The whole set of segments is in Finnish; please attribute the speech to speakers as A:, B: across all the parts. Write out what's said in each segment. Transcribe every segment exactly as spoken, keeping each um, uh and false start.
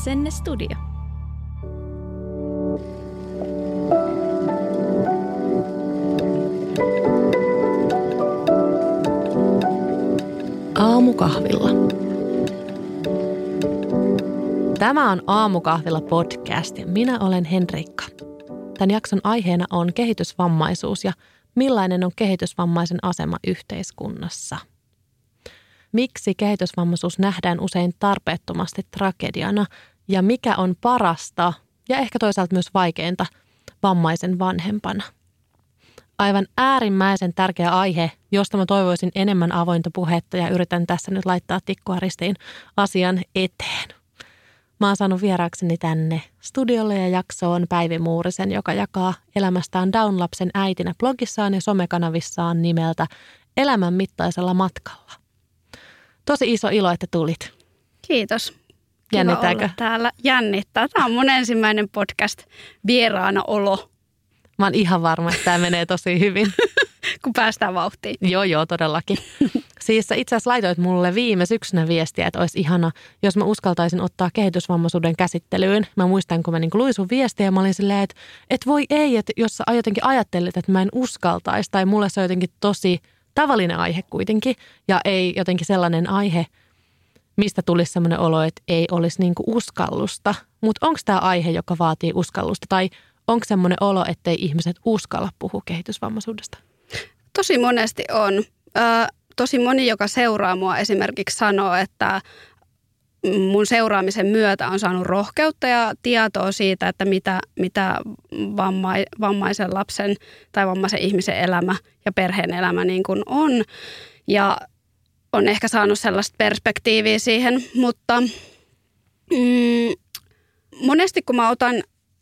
A: Asenne Studio.
B: Aamukahvilla. Tämä on Aamukahvilla podcast ja minä olen Henrikka. Tämän jakson aiheena on kehitysvammaisuus ja millainen on kehitysvammaisen asema yhteiskunnassa. Miksi kehitysvammaisuus nähdään usein tarpeettomasti tragediana ja mikä on parasta ja ehkä toisaalta myös vaikeinta vammaisen vanhempana. Aivan äärimmäisen tärkeä aihe, josta mä toivoisin enemmän avointa puhetta ja yritän tässä nyt laittaa tikkua ristiin asian eteen. Mä oon saanut vieraakseni tänne studiolle ja jaksoon Päivi Muurisen, joka jakaa elämästään Down-lapsen äitinä blogissaan ja somekanavissaan nimeltä Elämän mittaisella matkalla. Tosi iso ilo, että tulit.
C: Kiitos.
B: Jännittääkö?
C: Olla täällä. Jännittää. Tämä on mun ensimmäinen podcast vieraana olo.
B: Mä oon ihan varma, että tämä menee tosi hyvin.
C: Kun päästään vauhtiin.
B: Joo, joo, todellakin. Siis sä itse asiassa laitoit mulle viime syksynä viestiä, että olisi ihana, jos mä uskaltaisin ottaa kehitysvammaisuuden käsittelyyn. Mä muistan, kun mä niin kuin luin sun viestiä ja mä olin silleen, että, että voi ei, että jos sä jotenkin ajattelit, että mä en uskaltaisi, tai mulle se on jotenkin tosi tavallinen aihe kuitenkin, ja ei jotenkin sellainen aihe, mistä tulisi sellainen olo, että ei olisi niin kuin uskallusta. Mutta onko tämä aihe, joka vaatii uskallusta, tai onko semmoinen olo, ettei ihmiset uskalla puhua kehitysvammaisuudesta?
C: Tosi monesti on. Ö, tosi moni, joka seuraa mua esimerkiksi sanoo, että mun seuraamisen myötä on saanut rohkeutta ja tietoa siitä, että mitä, mitä vamma, vammaisen lapsen tai vammaisen ihmisen elämä ja perheen elämä niin kuin on. Ja on ehkä saanut sellaista perspektiiviä siihen, mutta mm, monesti kun mä otan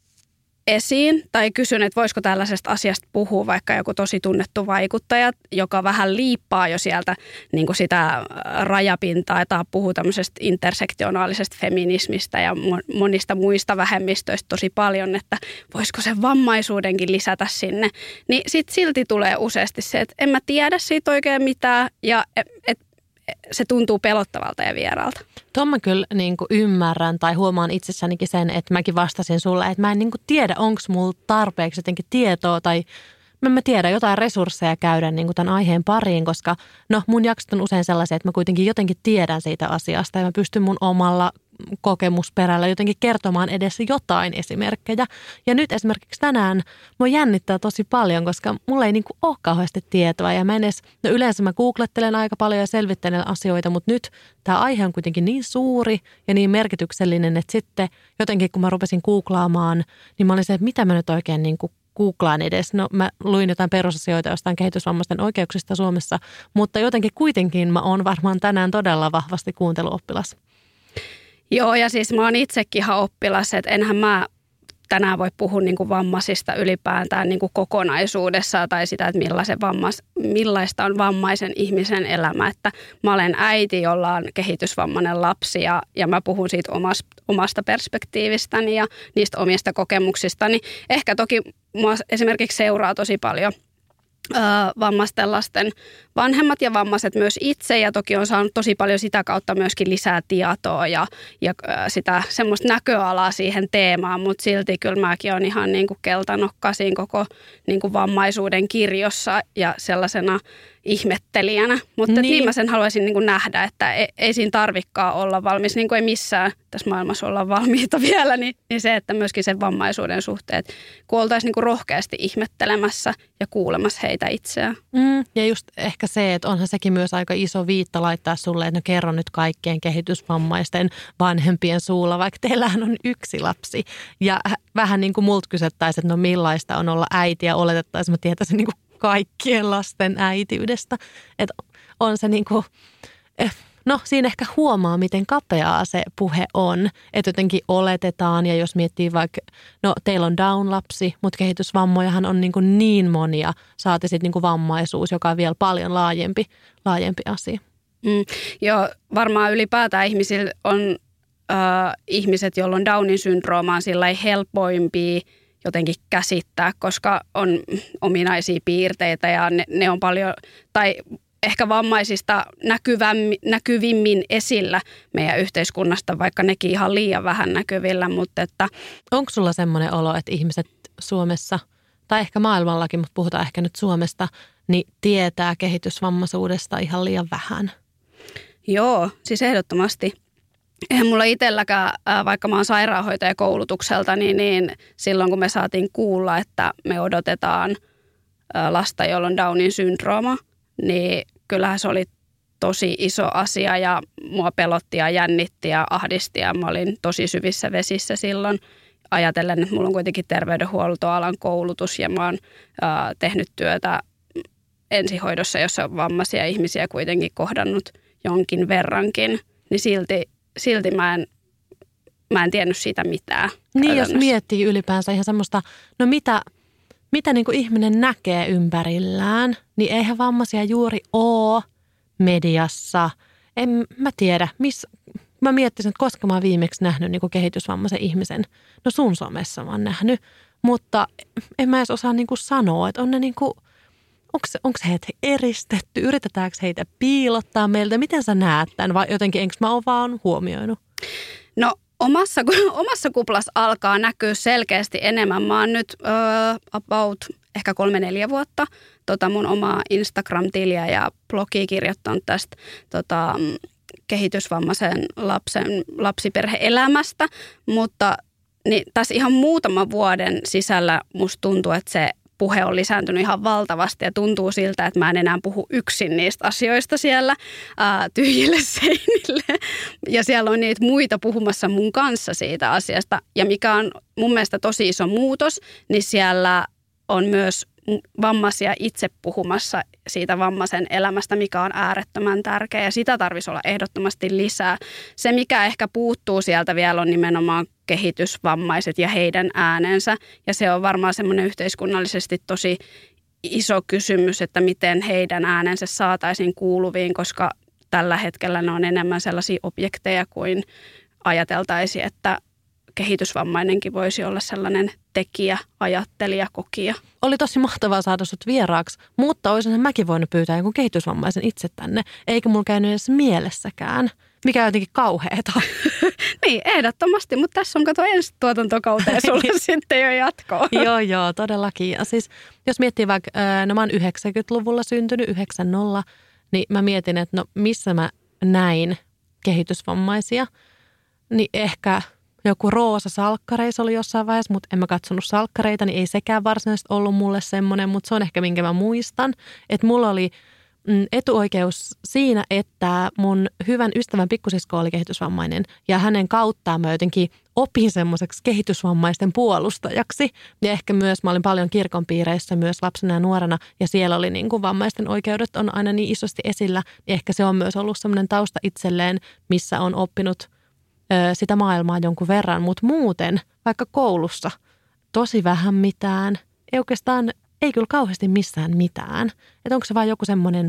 C: esiin tai kysyn, että voisiko tällaisesta asiasta puhua vaikka joku tosi tunnettu vaikuttaja, joka vähän liippaa jo sieltä niin kuin sitä rajapintaa, tai puhuu tämmöisestä intersektionaalisesta feminismistä ja monista muista vähemmistöistä tosi paljon, että voisiko sen vammaisuudenkin lisätä sinne, niin sitten silti tulee useasti se, että en mä tiedä siitä oikein mitään ja et, se tuntuu pelottavalta ja vieraalta.
B: Tuon mä kyllä niin kuin ymmärrän tai huomaan itsessänikin sen, että mäkin vastasin sulle, että mä en niin kuin tiedä, onko mulla tarpeeksi jotenkin tietoa tai mä en mä tiedä jotain resursseja käydä niin kuin tämän aiheen pariin, koska no mun jaksot on usein sellaisia, että mä kuitenkin jotenkin tiedän siitä asiasta ja mä pystyn mun omalla kokemusperällä jotenkin kertomaan edes jotain esimerkkejä. Ja nyt esimerkiksi tänään mua jännittää tosi paljon, koska mulla ei niin kuin ole kauheasti tietoa ja mä en edes, no yleensä mä googlettelen aika paljon ja selvittelen asioita, mutta nyt tämä aihe on kuitenkin niin suuri ja niin merkityksellinen, että sitten jotenkin kun mä rupesin googlaamaan, niin mä olin se, että mitä mä nyt oikein niin kuin googlaan edes. No mä luin jotain perusasioita jostain kehitysvammaisten oikeuksista Suomessa, mutta jotenkin kuitenkin mä oon varmaan tänään todella vahvasti kuunteluoppilas.
C: Joo, ja siis mä oon itsekin ihan oppilas, että enhän mä tänään voi puhua niin kuin vammaisista ylipäätään niin kuin kokonaisuudessaan tai sitä, että millaisen vammas, millaista on vammaisen ihmisen elämä. Että mä olen äiti, jolla on kehitysvammainen lapsi ja, ja mä puhun siitä omasta, omasta perspektiivistäni ja niistä omista kokemuksistani. Ehkä toki mua esimerkiksi seuraa tosi paljon vammaisten lasten vanhemmat ja vammaiset myös itse ja toki on saanut tosi paljon sitä kautta myöskin lisää tietoa ja, ja sitä semmoista näköalaa siihen teemaan, mutta silti kyllä mäkin olen ihan niin kuin keltanokka siinä koko niin kuin vammaisuuden kirjossa ja sellaisena ihmettelijänä, mutta niin. Viimeisen haluaisin niin kuin nähdä, että ei, ei siinä tarvikaan olla valmis, niin kuin ei missään tässä maailmassa olla valmiita vielä, niin, niin se, että myöskin sen vammaisuuden suhteet, kun oltaisiin niin kuin rohkeasti ihmettelemässä ja kuulemassa heitä itseään.
B: Mm, ja just ehkä se, että onhan sekin myös aika iso viitta laittaa sulle, että no kerro nyt kaikkien kehitysvammaisten vanhempien suulla, vaikka teillähän on yksi lapsi. Ja vähän niin kuin multa kysettäisiin, että no millaista on olla äiti ja oletettaisiin, mä tietäisin niin kuin kaikkien lasten äitiydestä. Että on se niin kuin, no siinä ehkä huomaa, miten kapeaa se puhe on. Että jotenkin oletetaan ja jos miettii vaikka, no teillä on Down-lapsi, mutta kehitysvammojahan on niin, kuin niin monia. Saati sitten niin kuin vammaisuus, joka on vielä paljon laajempi, laajempi asia.
C: Mm, joo, varmaan ylipäätään ihmisillä on äh, ihmiset, joilla on Downin syndrooma on sillä lailla helpoimpia jotenkin käsittää, koska on ominaisia piirteitä ja ne, ne on paljon, tai ehkä vammaisista näkyvimmin esillä meidän yhteiskunnasta, vaikka nekin ihan liian vähän näkyvillä. Mutta että
B: onko sulla semmoinen olo, että ihmiset Suomessa, tai ehkä maailmallakin, mutta puhutaan ehkä nyt Suomesta, niin tietää kehitysvammaisuudesta ihan liian vähän?
C: Joo, siis ehdottomasti. Eihän mulla itselläkään, vaikka mä oon sairaanhoitaja koulutukselta, niin, niin silloin kun me saatiin kuulla, että me odotetaan lasta, jolla on Downin syndrooma, niin kyllähän se oli tosi iso asia ja mua pelotti ja jännitti ja ahdisti ja mä olin tosi syvissä vesissä silloin. Ajatellen, että mulla on kuitenkin terveydenhuoltoalan koulutus ja mä oon ää, tehnyt työtä ensihoidossa, jossa on vammaisia ihmisiä kuitenkin kohdannut jonkin verrankin, niin silti, silti mä, en, mä en tiennyt siitä mitään.
B: Niin, jos miettii ylipäänsä ihan semmoista, no mitä, mitä niin kuin ihminen näkee ympärillään, niin eihän vammaisia juuri ole mediassa. En mä tiedä, missä... Mä miettisin, että koska mä oon viimeksi nähnyt niin kuin kehitysvammaisen ihmisen. No sun somessa mä oon nähnyt, mutta en mä edes osaa niin kuin sanoa, että on ne niin kuin, onko heitä eristetty, yritetäänkö heitä piilottaa meiltä? Miten sä näet tämän vai jotenkin, enkö mä oon vaan huomioinut?
C: No omassa, omassa kuplassa alkaa näkyä selkeästi enemmän. Mä oon nyt uh, about ehkä kolme neljä vuotta tota mun omaa Instagram-tiliä ja blogia kirjoittanut tästä tota, kehitysvammaisen lapsen lapsiperhe-elämästä, mutta niin tässä ihan muutaman vuoden sisällä musta tuntuu, että se puhe on lisääntynyt ihan valtavasti ja tuntuu siltä, että mä en enää puhu yksin niistä asioista siellä ää, tyhjille seinille. Ja siellä on niitä muita puhumassa mun kanssa siitä asiasta. Ja mikä on mun mielestä tosi iso muutos, niin siellä on myös vammaisia itse puhumassa siitä vammaisen elämästä, mikä on äärettömän tärkeä ja sitä tarvitsisi olla ehdottomasti lisää. Se, mikä ehkä puuttuu sieltä vielä on nimenomaan kehitysvammaiset ja heidän äänensä ja se on varmaan semmoinen yhteiskunnallisesti tosi iso kysymys, että miten heidän äänensä saataisiin kuuluviin, koska tällä hetkellä ne on enemmän sellaisia objekteja kuin ajateltaisiin, että kehitysvammainenkin voisi olla sellainen tekijä, ajattelija, kokija.
B: Oli tosi mahtavaa saada sut vieraaksi, mutta olisinhan mäkin voinut pyytää jonkun kehitysvammaisen itse tänne. Eikä mulla käynyt edes mielessäkään, mikä on jotenkin kauheeta.
C: Niin, ehdottomasti, mutta tässä on kato ensi tuotantokauteen sulla sitten jo jatkoa.
B: Joo, joo, todellakin. Ja siis jos miettii vaikka, no mä oon yhdeksänkymmentäluvulla syntynyt, yhdeksänkymmentä, niin mä mietin, että no missä mä näin kehitysvammaisia, niin ehkä joku Roosa salkkareissa oli jossain vaiheessa, mutta en mä katsonut salkkareita, niin ei sekään varsinaisesti ollut mulle semmoinen, mutta se on ehkä minkä mä muistan, että mulla oli etuoikeus siinä, että mun hyvän ystävän pikkusisko oli kehitysvammainen ja hänen kauttaan mä jotenkin opin semmoiseksi kehitysvammaisten puolustajaksi. Ja ehkä myös mä olin paljon kirkonpiireissä myös lapsena ja nuorena ja siellä oli niin kuin vammaisten oikeudet on aina niin isosti esillä. Ja ehkä se on myös ollut semmoinen tausta itselleen, missä on oppinut sitä maailmaa jonkun verran, mutta muuten vaikka koulussa tosi vähän mitään. Ei oikeastaan, ei kyllä kauheasti missään mitään. Että onko se vaan joku semmoinen,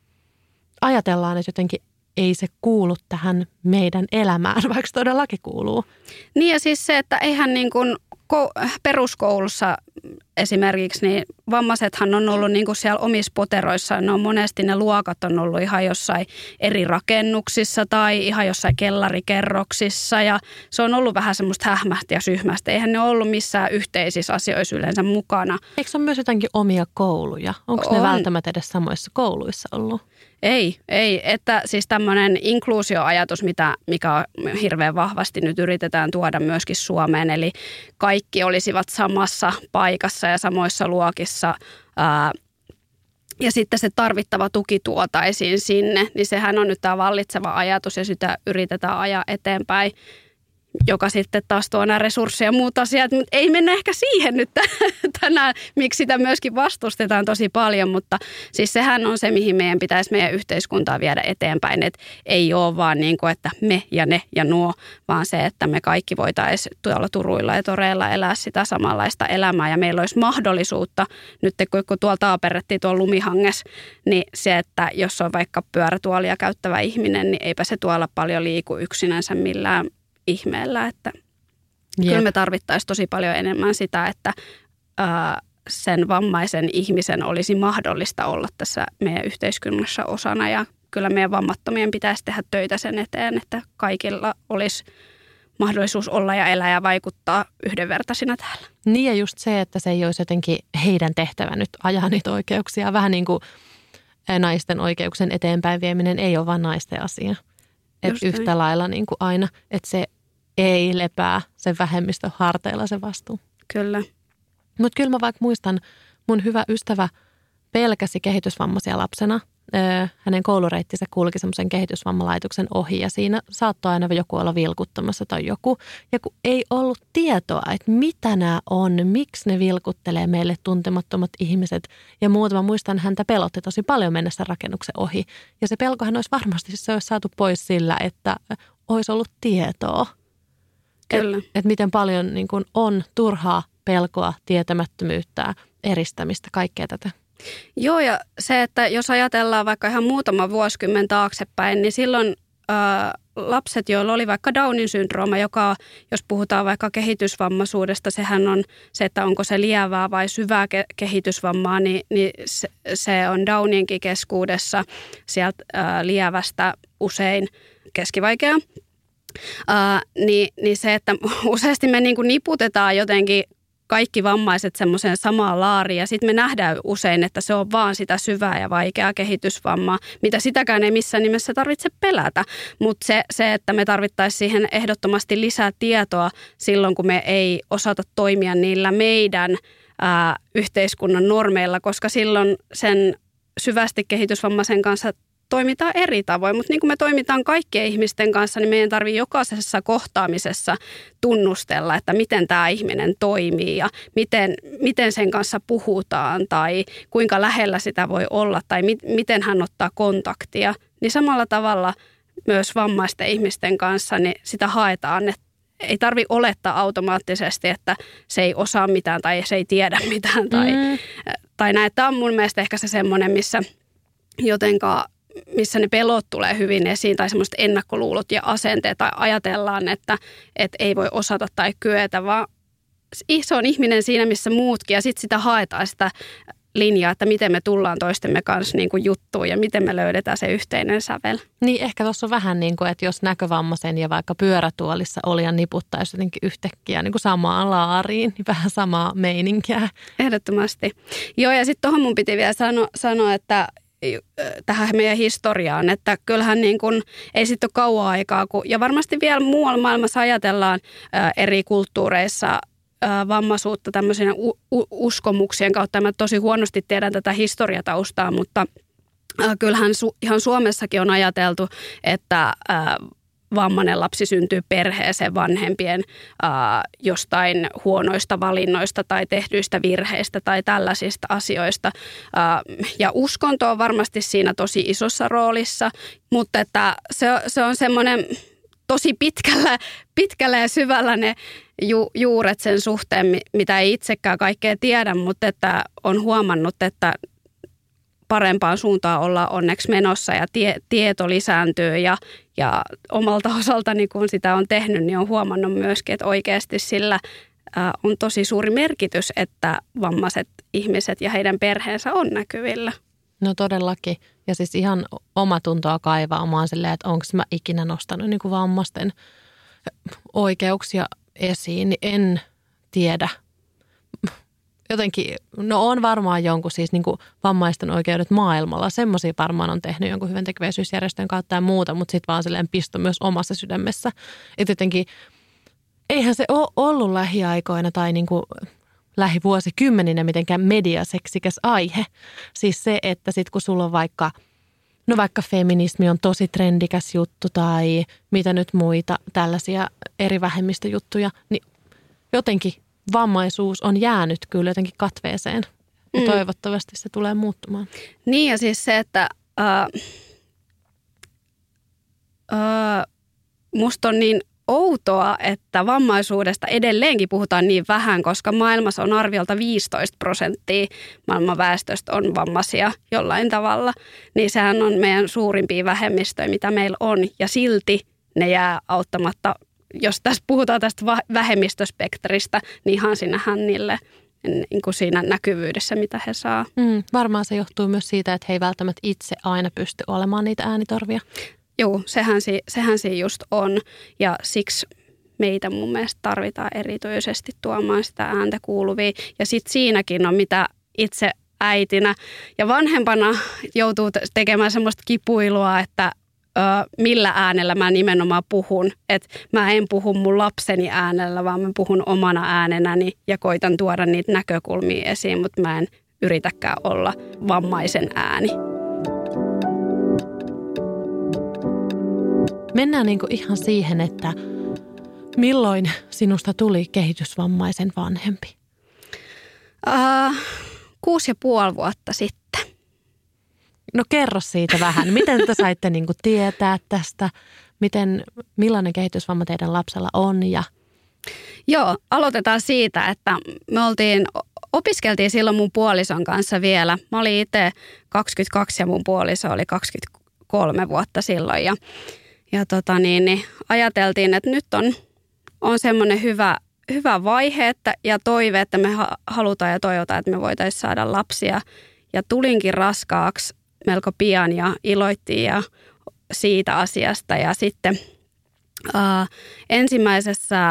B: ajatellaan, että jotenkin ei se kuulu tähän meidän elämään, vaikka todellakin kuuluu.
C: Niin ja siis se, että eihän niin kuin peruskoulussa esimerkiksi, niin vammaisethan on ollut niin kuin siellä omissa poteroissa. Ne on monesti ne luokat on ollut ihan jossain eri rakennuksissa tai ihan jossain kellarikerroksissa. Ja se on ollut vähän semmoista hähmästä ja syhmästä. Eihän ne ollut missään yhteisissä asioissa yleensä mukana.
B: Eikö se ole myös jotenkin omia kouluja? Onko ne välttämättä edes samoissa kouluissa ollut?
C: Ei, ei. Että siis tämmöinen inkluusioajatus, mitä, mikä on hirveän vahvasti nyt yritetään tuoda myöskin Suomeen. Eli kaikki olisivat samassa paikassa ja samoissa luokissa ää, ja sitten se tarvittava tuki tuotaisiin sinne. Niin sehän on nyt tämä vallitseva ajatus ja sitä yritetään ajaa eteenpäin, joka sitten taas tuo nämä resursseja ja muut asiat, mutta ei mennä ehkä siihen nyt tänään, miksi sitä myöskin vastustetaan tosi paljon, mutta siis sehän on se, mihin meidän pitäisi meidän yhteiskuntaa viedä eteenpäin, että ei ole vaan niin kuin, että me ja ne ja nuo, vaan se, että me kaikki voitaisiin tuolla turuilla ja toreilla elää sitä samanlaista elämää ja meillä olisi mahdollisuutta, nyt kun tuolla taaperrettiin tuolla lumihanges, niin se, että jos on vaikka pyörätuolia käyttävä ihminen, niin eipä se tuolla paljon liiku yksinänsä millään ihmeellä, että Jep. kyllä me tarvittaisiin tosi paljon enemmän sitä, että ää, sen vammaisen ihmisen olisi mahdollista olla tässä meidän yhteiskunnassa osana. Ja kyllä meidän vammattomien pitäisi tehdä töitä sen eteen, että kaikilla olisi mahdollisuus olla ja elää ja vaikuttaa yhdenvertaisina täällä.
B: Niin ja just se, että se ei olisi jotenkin heidän tehtävä nyt ajaa niitä oikeuksia. Vähän niin kuin naisten oikeuksien eteenpäin vieminen ei ole vain naisten asia. Että yhtä lailla niin kuin aina, että se ei lepää sen vähemmistön harteilla se vastuu.
C: Kyllä.
B: Mutta kyllä mä vaikka muistan, mun hyvä ystävä pelkäsi kehitysvammaisia lapsena. Hänen koulureittinsä kulki semmoisen kehitysvammalaitoksen ohi ja siinä saattoi aina joku olla vilkuttamassa tai joku. Ja kun ei ollut tietoa, että mitä nämä on, miksi ne vilkuttelee meille tuntemattomat ihmiset. Ja muuta mä muistan, häntä pelotti tosi paljon mennessä rakennuksen ohi. Ja se pelkohan olisi varmasti, se olisi saatu pois sillä, että olisi ollut tietoa.
C: Kyllä.
B: Että et miten paljon niin kun on turhaa pelkoa, tietämättömyyttä, eristämistä, kaikkea tätä.
C: Joo, ja se, että jos ajatellaan vaikka ihan muutama vuosikymmen taaksepäin, niin silloin ää, lapset, joilla oli vaikka Downin syndrooma, joka, jos puhutaan vaikka kehitysvammaisuudesta, sehän on se, että onko se lievää vai syvää ke- kehitysvammaa, niin, niin se, se on Downinkin keskuudessa sieltä ää, lievästä usein keskivaikeaa. Ää, niin, niin se, että useasti me niin kuin niputetaan jotenkin kaikki vammaiset semmoiseen samaan laariin ja sitten me nähdään usein, että se on vaan sitä syvää ja vaikeaa kehitysvammaa, mitä sitäkään ei missään nimessä tarvitse pelätä. Mutta se, se, että me tarvittaisiin siihen ehdottomasti lisää tietoa silloin, kun me ei osata toimia niillä meidän ää, yhteiskunnan normeilla, koska silloin sen syvästi kehitysvammaisen kanssa toimitaan eri tavoin, mutta niin kuin me toimitaan kaikkien ihmisten kanssa, niin meidän tarvitsee jokaisessa kohtaamisessa tunnustella, että miten tämä ihminen toimii ja miten, miten sen kanssa puhutaan tai kuinka lähellä sitä voi olla tai mi, miten hän ottaa kontaktia. Niin samalla tavalla myös vammaisten ihmisten kanssa niin sitä haetaan, että ei tarvitse olettaa automaattisesti, että se ei osaa mitään tai se ei tiedä mitään tai, mm. tai näin. Tämä on mun mielestä ehkä se semmoinen, missä jotenka missä ne pelot tulee hyvin esiin tai semmoiset ennakkoluulot ja asenteet tai ajatellaan, että, että ei voi osata tai kyetä, vaan se on ihminen siinä, missä muutkin ja sitten sitä haetaan sitä linjaa, että miten me tullaan toistemme kanssa niin kuin juttuun ja miten me löydetään se yhteinen sävel.
B: Niin ehkä tuossa on vähän niin kuin, että jos näkövammaisen ja vaikka pyörätuolissa olijan niputtaisi jotenkin yhtäkkiä niin kuin samaan laariin, niin vähän samaa meininkiä.
C: Ehdottomasti. Joo ja sitten tuohon mun piti vielä sano, sanoa, että tähän meidän historiaan, että kyllähän niin kuin, ei sitten ole kauan aikaa, kun, ja varmasti vielä muualla maailmassa ajatellaan ää, eri kulttuureissa ää, vammaisuutta tämmöisenä u- u- uskomuksien kautta. Mä tosi huonosti tiedän tätä historiataustaa, mutta ää, kyllähän su- ihan Suomessakin on ajateltu, että ää, vammainen lapsi syntyy perheeseen vanhempien ää, jostain huonoista valinnoista tai tehdyistä virheistä tai tällaisista asioista. Ää, ja uskonto on varmasti siinä tosi isossa roolissa, mutta että se, se on semmoinen tosi pitkällä, pitkällä ja syvällä ne ju, juuret sen suhteen, mitä ei itsekään kaikkea tiedä, mutta että on huomannut, että parempaan suuntaan ollaan onneksi menossa ja tie, tieto lisääntyy ja, ja omalta osaltani, kun sitä on tehnyt, niin on huomannut myöskin, että oikeasti sillä ää, on tosi suuri merkitys, että vammaiset ihmiset ja heidän perheensä on näkyvillä.
B: No todellakin. Ja siis ihan omatuntoa kaivaa omaan silleen, että onko mä ikinä nostanut niin kuin vammaisten oikeuksia esiin, niin en tiedä. Jotenkin, no on varmaan jonkun siis niin kuin vammaisten oikeudet maailmalla. Semmoisia varmaan on tehnyt jonkun hyväntekeväisyysjärjestön kautta ja muuta, mutta sitten vaan silleen pisto myös omassa sydämessä. Että jotenkin, eihän se ole ollut lähiaikoina tai niin kuin lähivuosikymmeninä mitenkään mediaseksikäs aihe. Siis se, että sitten kun sulla on vaikka, no vaikka feminismi on tosi trendikäs juttu tai mitä nyt muita tällaisia eri vähemmistöjuttuja, niin jotenkin vammaisuus on jäänyt kyllä jotenkin katveeseen ja mm. toivottavasti se tulee muuttumaan.
C: Niin ja siis se, että äh, äh, musta on niin outoa, että vammaisuudesta edelleenkin puhutaan niin vähän, koska maailmassa on arviolta viisitoista prosenttia maailman väestöstä on vammaisia jollain tavalla. Niin sehän on meidän suurimpia vähemmistöjä, mitä meillä on ja silti ne jää auttamatta. Jos tässä puhutaan tästä vähemmistöspektristä, niin ihan sinne hännille. niin kuin siinä näkyvyydessä, mitä he saa.
B: Mm, varmaan se johtuu myös siitä, että he ei välttämättä itse aina pysty olemaan niitä äänitorvia.
C: Joo, sehän, si, sehän siinä just on ja siksi meitä mun mielestä tarvitaan erityisesti tuomaan sitä ääntä kuuluviin. Ja sitten siinäkin on, mitä itse äitinä ja vanhempana joutuu tekemään semmoista kipuilua, että ö, millä äänellä mä nimenomaan puhun. Että mä en puhu mun lapseni äänellä, vaan mä puhun omana äänenäni ja koitan tuoda niitä näkökulmia esiin, mutta mä en yritäkään olla vammaisen ääni.
B: Mennään niinku ihan siihen, että milloin sinusta tuli kehitysvammaisen vanhempi?
C: Uh, kuusi ja puoli vuotta sitten.
B: No kerro siitä vähän. Miten te saitte niinku tietää tästä? Miten, millainen kehitysvamma teidän lapsella on? Ja...
C: Joo, aloitetaan siitä, että me oltiin, opiskeltiin silloin mun puolison kanssa vielä. Mä olin itse kaksikymmentäkaksi ja mun puoliso oli kaksikymmentäkolme vuotta silloin. Ja, ja tota niin, niin ajateltiin, että nyt on, on semmoinen hyvä, hyvä vaihe että, ja toive, että me halutaan ja toivotaan, että me voitaisiin saada lapsia. Ja tulinkin raskaaksi melko pian ja iloittiin ja siitä asiasta. Ja sitten ää, ensimmäisessä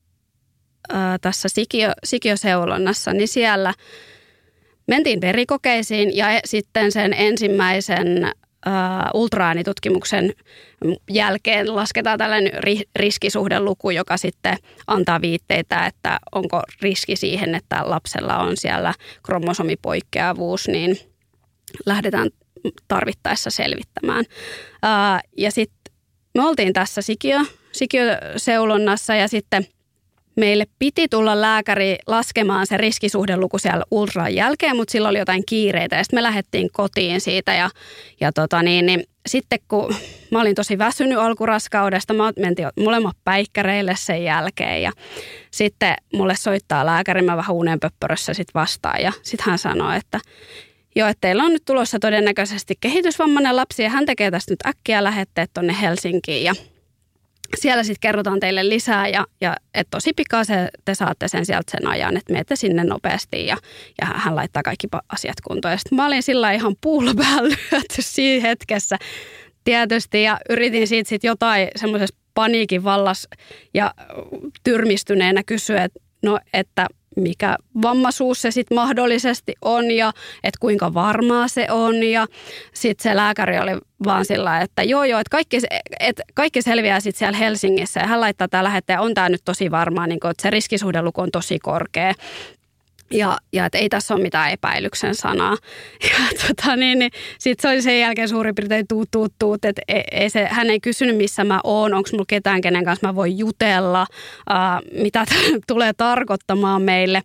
C: ää, tässä sikio, sikioseulonnassa, niin siellä mentiin verikokeisiin ja sitten sen ensimmäisen ää, ultraäänitutkimuksen jälkeen lasketaan tällainen ri, riskisuhdeluku, joka sitten antaa viitteitä, että onko riski siihen, että lapsella on siellä kromosomipoikkeavuus, niin lähdetään tarvittaessa selvittämään. Ää, ja sitten me oltiin tässä sikio, sikioseulonnassa ja sitten meille piti tulla lääkäri laskemaan se riskisuhdeluku siellä ultran jälkeen, mutta silloin oli jotain kiireitä ja sitten me lähdettiin kotiin siitä ja, ja tota niin, niin sitten kun mä olin tosi väsynyt alkuraskaudesta, mä mentiin molemmat päikkäreille sen jälkeen ja sitten mulle soittaa lääkäri, mä vähän unenpöppörössä sitten vastaan ja sitten hän sanoi, että joo, että teillä on nyt tulossa todennäköisesti kehitysvammainen lapsi ja hän tekee tästä nyt äkkiä lähetteet tuonne Helsinkiin ja siellä sitten kerrotaan teille lisää ja, ja että tosi pikaa se, te saatte sen sieltä sen ajan, että menette sinne nopeasti ja, ja hän laittaa kaikki asiat kuntoon. Ja sitten mä olin sillä ihan puulla päällä lyöty siinä hetkessä tietysti ja yritin siitä sitten jotain semmoisessa paniikin vallas ja tyrmistyneenä kysyä, että no että mikä vammaisuus se sitten mahdollisesti on ja että kuinka varmaa se on. Ja sitten se lääkäri oli vaan sillä, että joo joo, että kaikki, että kaikki selviää sitten siellä Helsingissä. Ja hän laittaa tämä lähetteen, on tämä nyt tosi varmaa, niin kun, että se riskisuhdeluku on tosi korkea. Ja, ja että ei tässä ole mitään epäilyksen sanaa. Ja tota niin, niin sitten se oli sen jälkeen suurin piirtein tuut, tuut, tuut, että ei, ei se, hän ei kysynyt missä mä oon, onko mulla ketään, kenen kanssa mä voin jutella, ää, mitä tulee tarkoittamaan meille.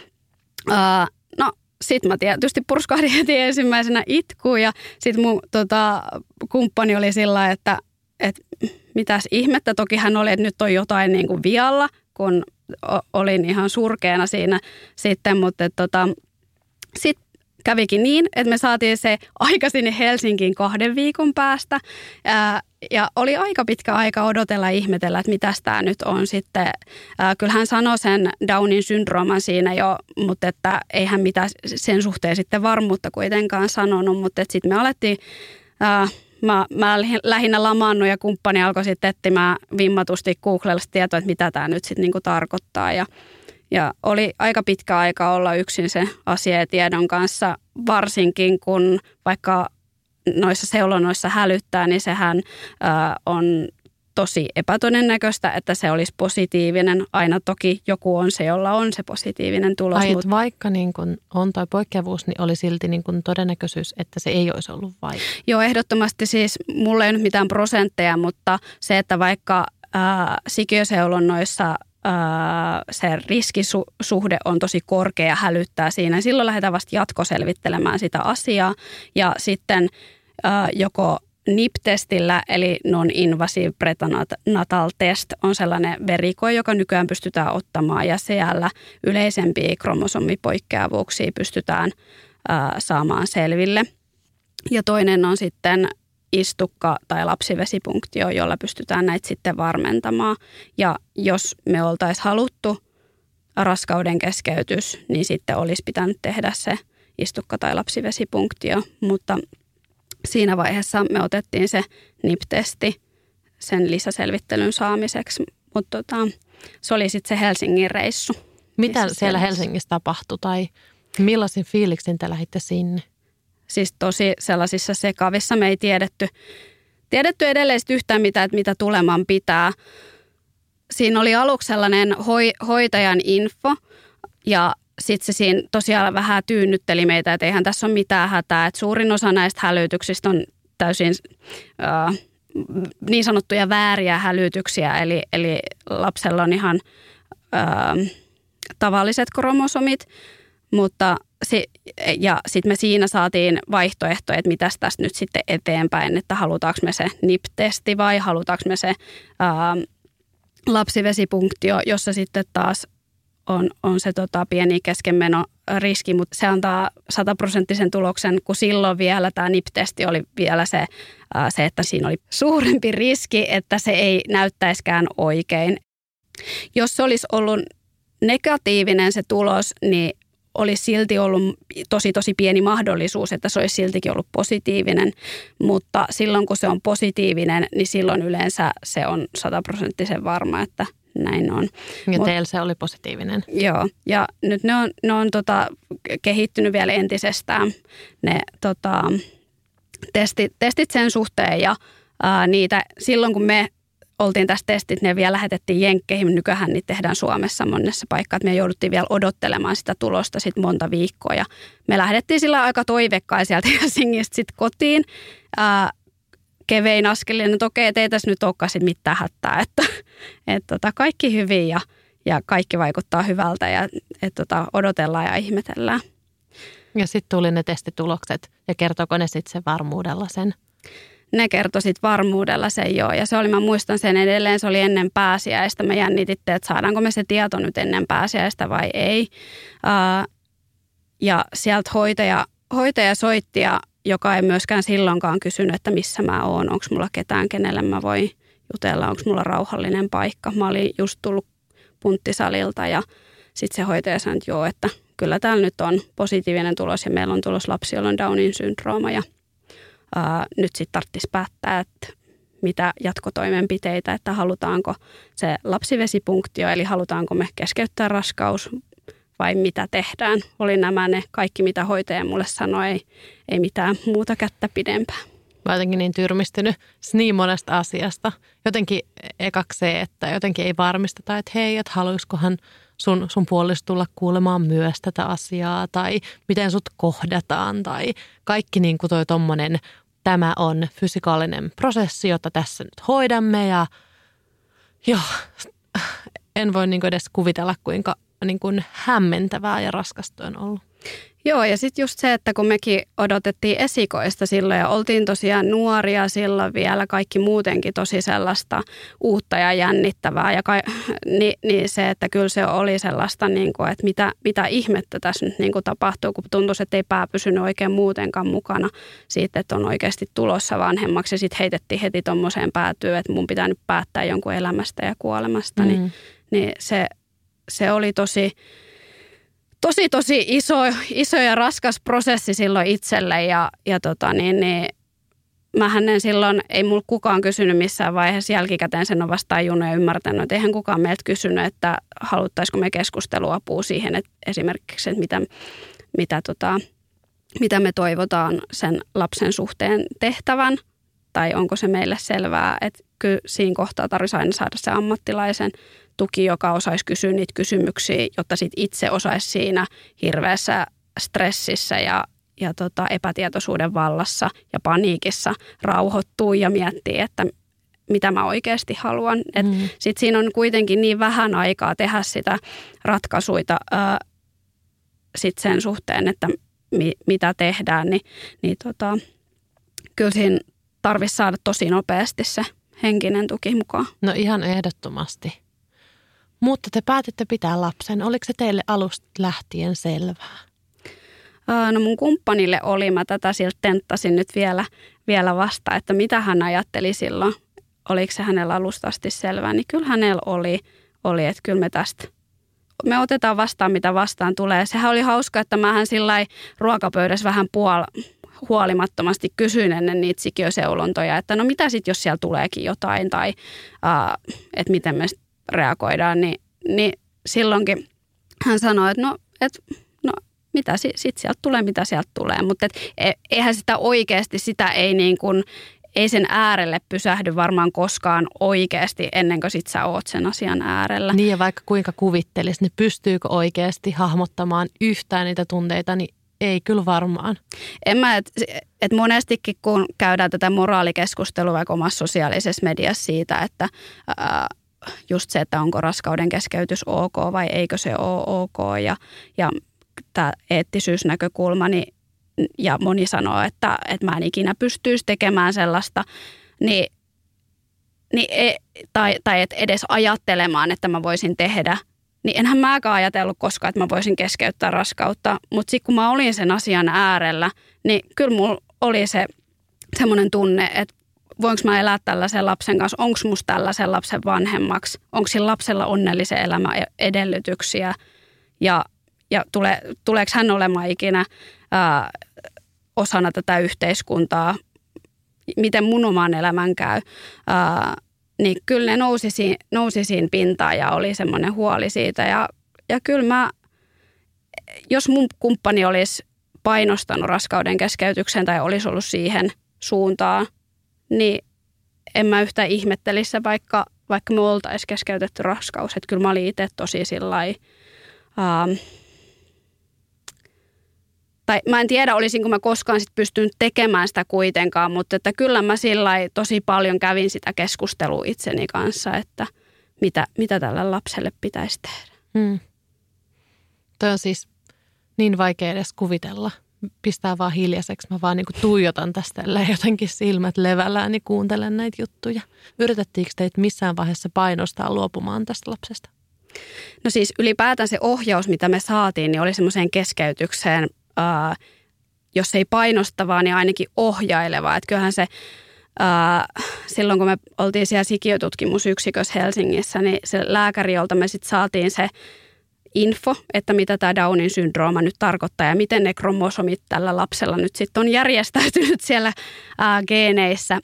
C: Ää, no sitten mä tietysti purskahdin heti ensimmäisenä itkuun ja sitten mun tota, kumppani oli sillä, että, että mitäs ihmettä, toki hän oli, että nyt on jotain niin kuin vialla, kun olin ihan surkeana siinä sitten, mutta tota, sitten kävikin niin, että me saatiin se aika sinne Helsinkiin kahden viikon päästä ää, ja oli aika pitkä aika odotella ja ihmetellä, että mitäs tämä nyt on sitten. Ää, kyllä hän sanoi sen Downin syndrooman siinä jo, mutta että eihän mitään sen suhteen sitten varmuutta kuitenkaan sanonut, mutta sitten me alettiin... Ää, Mä, mä lähinnä lamaannut ja kumppani alkoi sitten etsimään vimmatusti Googlella tietoa, että mitä tämä nyt sitten niinku tarkoittaa. Ja, ja oli aika pitkä aika olla yksin sen asia ja tiedon kanssa, varsinkin kun vaikka noissa seulonnoissa hälyttää, niin sehän ää, on tosi epätodennäköistä, että se olisi positiivinen. Aina toki joku on se, jolla on se positiivinen tulos.
B: Ai,
C: mutta
B: vaikka niin kun on toi poikkeavuus, niin oli silti niin kun todennäköisyys, että se ei olisi ollut vai?
C: Joo, ehdottomasti siis mulla ei nyt mitään prosentteja, mutta se, että vaikka ää, sikioseulonnoissa ää, se riskisuhde on tosi korkea ja hälyttää siinä, niin silloin lähdetään vasta jatkoselvittelemään sitä asiaa ja sitten ää, joko N I P-testillä, eli non-invasive prenatal test, on sellainen verikoe, joka nykyään pystytään ottamaan ja siellä yleisempiä kromosomipoikkeavuuksia pystytään ää, saamaan selville. Ja toinen on sitten istukka- tai lapsivesipunktio, jolla pystytään näitä sitten varmentamaan. Ja jos me oltaisiin haluttu raskauden keskeytys, niin sitten olisi pitänyt tehdä se istukka- tai lapsivesipunktio, mutta siinä vaiheessa me otettiin se N I P-testi sen lisäselvittelyn saamiseksi, mutta tota, se oli sitten se Helsingin reissu.
B: Mitä siellä siellä Helsingissä tapahtui tai millaisin fiiliksin te lähditte sinne?
C: Siis tosi sellaisissa sekavissa me ei tiedetty, tiedetty edelleen yhtään mitään, että mitä tuleman pitää. Siinä oli aluksi sellainen hoi, hoitajan info ja sitten se siinä tosiaan vähän tyynnytteli meitä, että eihän tässä ole mitään hätää. Että suurin osa näistä hälytyksistä on täysin äh, niin sanottuja vääriä hälytyksiä, eli, eli lapsella on ihan äh, tavalliset kromosomit, mutta si, ja sitten me siinä saatiin vaihtoehtoja, että mitäs tästä nyt sitten eteenpäin, että halutaanko me se N I P-testi vai halutaanko me se ää, lapsivesipunktio, jossa sitten taas on, on se tota, pieni keskenmenoriski, mutta se antaa sataprosenttisen tuloksen, kun silloin vielä tämä N I P-testi oli vielä se, ää, se, että siinä oli suurempi riski, että se ei näyttäiskään oikein. Jos se olisi ollut negatiivinen se tulos, niin olisi silti ollut tosi tosi pieni mahdollisuus, että se olisi siltikin ollut positiivinen, mutta silloin kun se on positiivinen, niin silloin yleensä se on sataprosenttisen varma, että näin on.
B: Ja Mut, teillä se oli positiivinen.
C: Joo, ja nyt ne on, ne on tota, kehittynyt vielä entisestään ne tota, testit, testit sen suhteen ja ää, niitä silloin kun me oltiin tässä testit, ne vielä lähetettiin Jenkkeihin. Nykyään niitä tehdään Suomessa monessa paikkaa, että me jouduttiin vielä odottelemaan sitä tulosta sit monta viikkoa. Ja me lähdettiin sillä aika toivekkain sieltä Helsingistä sit kotiin. Ää, kevein askelin, että okei, ei tässä nyt olekaan sit mitään hätää. Että et tota, kaikki hyvin ja, ja kaikki vaikuttaa hyvältä ja et tota, odotellaan ja ihmetellään.
B: Ja sitten tuli ne testitulokset ja kertoiko ne sitten sen varmuudella sen?
C: Ne kertoi sitten varmuudella sen joo. Ja se oli, mä muistan sen edelleen, se oli ennen pääsiäistä. Mä jännititte, että saadaanko me se tieto nyt ennen pääsiäistä vai ei. Uh, ja sieltä hoitaja, hoitaja soitti, ja, joka ei myöskään silloinkaan kysynyt, että missä mä oon. Onko mulla ketään, kenelle mä voin jutella, onko mulla rauhallinen paikka. Mä olin just tullut punttisalilta ja sitten se hoitaja sanoi, että joo, että kyllä täällä nyt on positiivinen tulos ja meillä on tulos lapsi, jolla on Downin syndrooma ja Uh, nyt sitten tarvitsisi päättää, että mitä jatkotoimenpiteitä, että halutaanko se lapsivesipunktio, eli halutaanko me keskeyttää raskaus vai mitä tehdään. Oli nämä ne kaikki, mitä hoitaja mulle sanoi, ei, ei mitään muuta kättä pidempää.
B: Mä jotenkin niin tyrmistynyt niin monesta asiasta. Jotenkin ekaksi se, että jotenkin ei varmisteta, että hei, että haluaisikohan sun, sun puoliso tulla kuulemaan myös tätä asiaa tai miten sut kohdataan tai kaikki niin kuin toi tommonen, tämä on fysikaalinen prosessi, jota tässä nyt hoidamme ja joo, en voi niin kuin edes kuvitella, kuinka niin kuin hämmentävää ja raskasta on ollut.
C: Joo, ja sitten just se, että kun mekin odotettiin esikoista silloin ja oltiin tosiaan nuoria silloin vielä, kaikki muutenkin tosi sellaista uutta ja jännittävää. Ja ka- niin, niin se, että kyllä se oli sellaista, niin kuin, että mitä, mitä ihmettä tässä nyt niin kuin tapahtuu, kun tuntui, että ei pää pysynyt oikein muutenkaan mukana siitä, että on oikeasti tulossa vanhemmaksi. Ja sitten heitettiin heti tuommoiseen päätyyn, että mun pitää nyt päättää jonkun elämästä ja kuolemasta. Mm. Niin, niin se, se oli tosi... Tosi, tosi iso, iso ja raskas prosessi silloin itselle ja, ja tota niin, niin mähän en silloin, ei mulla kukaan kysynyt missään vaiheessa, jälkikäteen sen on vasta tajunnut ja ymmärtänyt, että eihän kukaan meiltä kysynyt, että haluttaisiko me keskusteluapua siihen, että esimerkiksi, että mitä, mitä, tota, mitä me toivotaan sen lapsen suhteen tehtävän tai onko se meille selvää, että kyllä siinä kohtaa tarvitsisi aina saada se ammattilaisen tuki, joka osaisi kysyä niitä kysymyksiä, jotta sit itse osaisi siinä hirveässä stressissä ja, ja tota epätietoisuuden vallassa ja paniikissa rauhoittua ja miettiä, että mitä mä oikeasti haluan. Mm. Sitten siinä on kuitenkin niin vähän aikaa tehdä sitä ratkaisuita ää, sit sen suhteen, että mi, mitä tehdään, niin, niin tota, kyllä siinä tarvitsisi saada tosi nopeasti se henkinen tuki mukaan.
B: No ihan ehdottomasti. Mutta te päätitte pitää lapsen. Oliko se teille alusta lähtien selvää?
C: No mun kumppanille oli. Mä tätä siltä tenttasin nyt vielä, vielä vasta, että mitä hän ajatteli silloin. Oliko se hänellä alusta asti selvää? Niin kyllä hänellä oli, oli että kyllä me tästä me otetaan vastaan, mitä vastaan tulee. Sehän oli hauska, että mähän sillai ruokapöydässä vähän puol- huolimattomasti kysyin ennen niitä sikiöseulontoja, että no mitä sitten, jos siellä tuleekin jotain tai uh, että miten me reagoidaan, niin, niin silloinkin hän sanoi, että no, et, no mitä sitten sieltä tulee, mitä sieltä tulee, mutta et, eihän sitä oikeasti, sitä ei niin kuin, ei sen äärelle pysähdy varmaan koskaan oikeasti ennen kuin sit sä oot sen asian äärellä.
B: Niin ja vaikka kuinka kuvittelisi, niin pystyykö oikeasti hahmottamaan yhtään niitä tunteita, niin ei kyllä varmaan.
C: En mä, että et monestikin kun käydään tätä moraalikeskustelua vaikka omassa sosiaalisessa mediassa siitä, että ää, just se, että onko raskauden keskeytys ok vai eikö se ole ok ja, ja tämä eettisyysnäkökulma, niin ja moni sanoo, että, että mä en ikinä pystyisi tekemään sellaista, niin, niin e, tai, tai et edes ajattelemaan, että mä voisin tehdä, niin enhän mäkään ajatellut koskaan, että mä voisin keskeyttää raskautta. Mutta sitten kun mä olin sen asian äärellä, niin kyllä mulla oli se semmoinen tunne, että voinko mä elää tällaisen lapsen kanssa, onko musta tällaisen lapsen vanhemmaksi, onko sillä lapsella onnellisen elämän edellytyksiä ja, ja tule, tuleeko hän olemaan ikinä ää, osana tätä yhteiskuntaa, miten mun oman elämän käy, ää, niin kyllä ne nousi, siinä, nousi siinä pintaan ja oli semmoinen huoli siitä. Ja, ja kyllä mä, jos mun kumppani olisi painostanut raskauden keskeytykseen tai olisi ollut siihen suuntaan, niin en mä yhtään ihmettelisi, vaikka, vaikka me oltaisiin keskeytetty raskaus. Että kyllä mä olin itse tosi sillai, ähm, tai mä en tiedä, olisinko mä koskaan sit pystynyt tekemään sitä kuitenkaan, mutta että kyllä mä sillai tosi paljon kävin sitä keskustelua itseni kanssa, että mitä, mitä tälle lapselle pitäisi tehdä.
B: Hmm. Toi on siis niin vaikea edes kuvitella. Pistää vaan hiljaiseksi. Mä vaan niinku tuijotan tästä jotenkin silmät levällään niin kuuntelen näitä juttuja. Yritettiinkö teitä missään vaiheessa painostaa luopumaan tästä lapsesta?
C: No siis ylipäätään se ohjaus, mitä me saatiin, niin oli semmoiseen keskeytykseen, äh, jos ei painostavaa, niin ainakin ohjailevaa. Että kyllähän se, äh, silloin kun me oltiin siellä sikiötutkimusyksikössä Helsingissä, niin se lääkäri, jolta me sitten saatiin se info, että mitä tämä Downin syndrooma nyt tarkoittaa ja miten ne kromosomit tällä lapsella nyt sitten on järjestäytynyt siellä ää, geeneissä,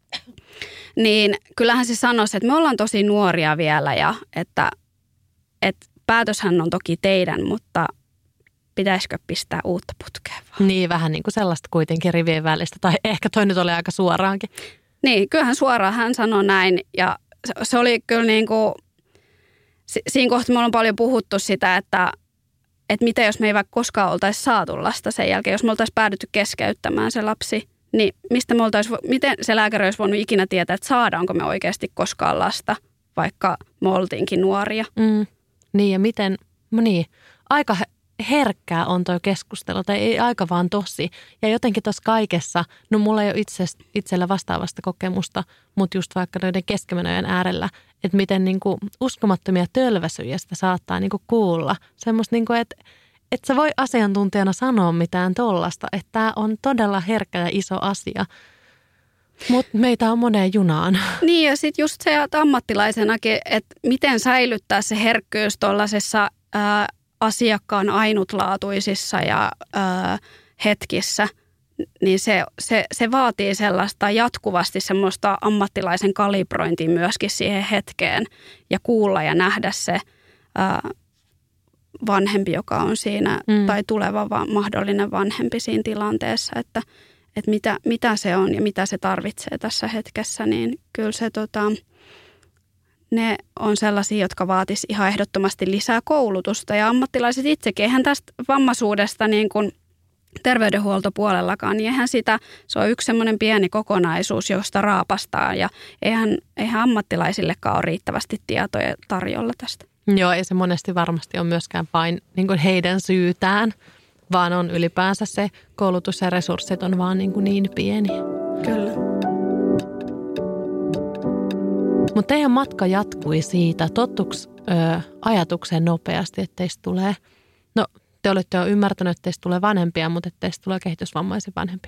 C: niin kyllähän se sanoisi, että me ollaan tosi nuoria vielä ja että, että päätöshän on toki teidän, mutta pitäisikö pistää uutta putkea vaan?
B: Niin, vähän niin kuin sellaista kuitenkin rivien välistä, tai ehkä toi nyt oli aika suoraankin.
C: Niin, kyllähän suoraan hän sanoi näin ja se, se oli kyllä niin kuin siinä kohtaa me ollaan paljon puhuttu sitä, että, että mitä jos me ei vaikka koskaan oltaisi saatu lasta sen jälkeen, jos me oltaisiin päädytty keskeyttämään se lapsi, niin mistä me oltaisiin, miten se lääkäri olisi voinut ikinä tietää, että saadaanko me oikeasti koskaan lasta, vaikka me oltiinkin nuoria.
B: Mm, niin ja miten, no niin, aika herkkää on tuo keskustelu, tai ei aika vaan tosi. Ja jotenkin tuossa kaikessa, no mulla ei ole itse, itsellä vastaavasta kokemusta, mutta just vaikka noiden keskimenojen äärellä, että miten niinku uskomattomia tölväsyjä sitä saattaa niinku kuulla. Semmoista, niinku, että et sä voi asiantuntijana sanoa mitään tollasta, että tämä on todella herkkä ja iso asia. Mutta meitä on moneen junaan.
C: Niin ja sitten just se, että ammattilaisenakin, että miten säilyttää se herkkyys tuollaisessa ää, asiakkaan ainutlaatuisissa ja ää, hetkissä, niin se, se, se vaatii sellaista jatkuvasti semmoista ammattilaisen kalibrointia myöskin siihen hetkeen ja kuulla ja nähdä se ää, vanhempi, joka on siinä mm. tai tuleva va- mahdollinen vanhempi siinä tilanteessa, että, että mitä, mitä se on ja mitä se tarvitsee tässä hetkessä, niin kyllä se tota, ne on sellaisia, jotka vaatisi ihan ehdottomasti lisää koulutusta ja ammattilaiset itsekin. Eihän tästä vammaisuudesta niin kuin terveydenhuoltopuolellakaan, niin eihän sitä, se on yksi semmoinen pieni kokonaisuus, josta raapastaa ja eihän, eihän ammattilaisillekaan ole riittävästi tietoja tarjolla tästä.
B: Joo, ei se monesti varmasti ole myöskään vain niin kuin heidän syytään, vaan on ylipäänsä se koulutus ja resurssit on vaan niin, kuin niin pieniä.
C: Kyllä.
B: Mutta teidän matka jatkui siitä. Tottuks ö, ajatukseen nopeasti, että teistä tulee, no te olette jo ymmärtänyt, että teistä tulee vanhempia, mutta että teistä tulee kehitysvammaisia vanhempia?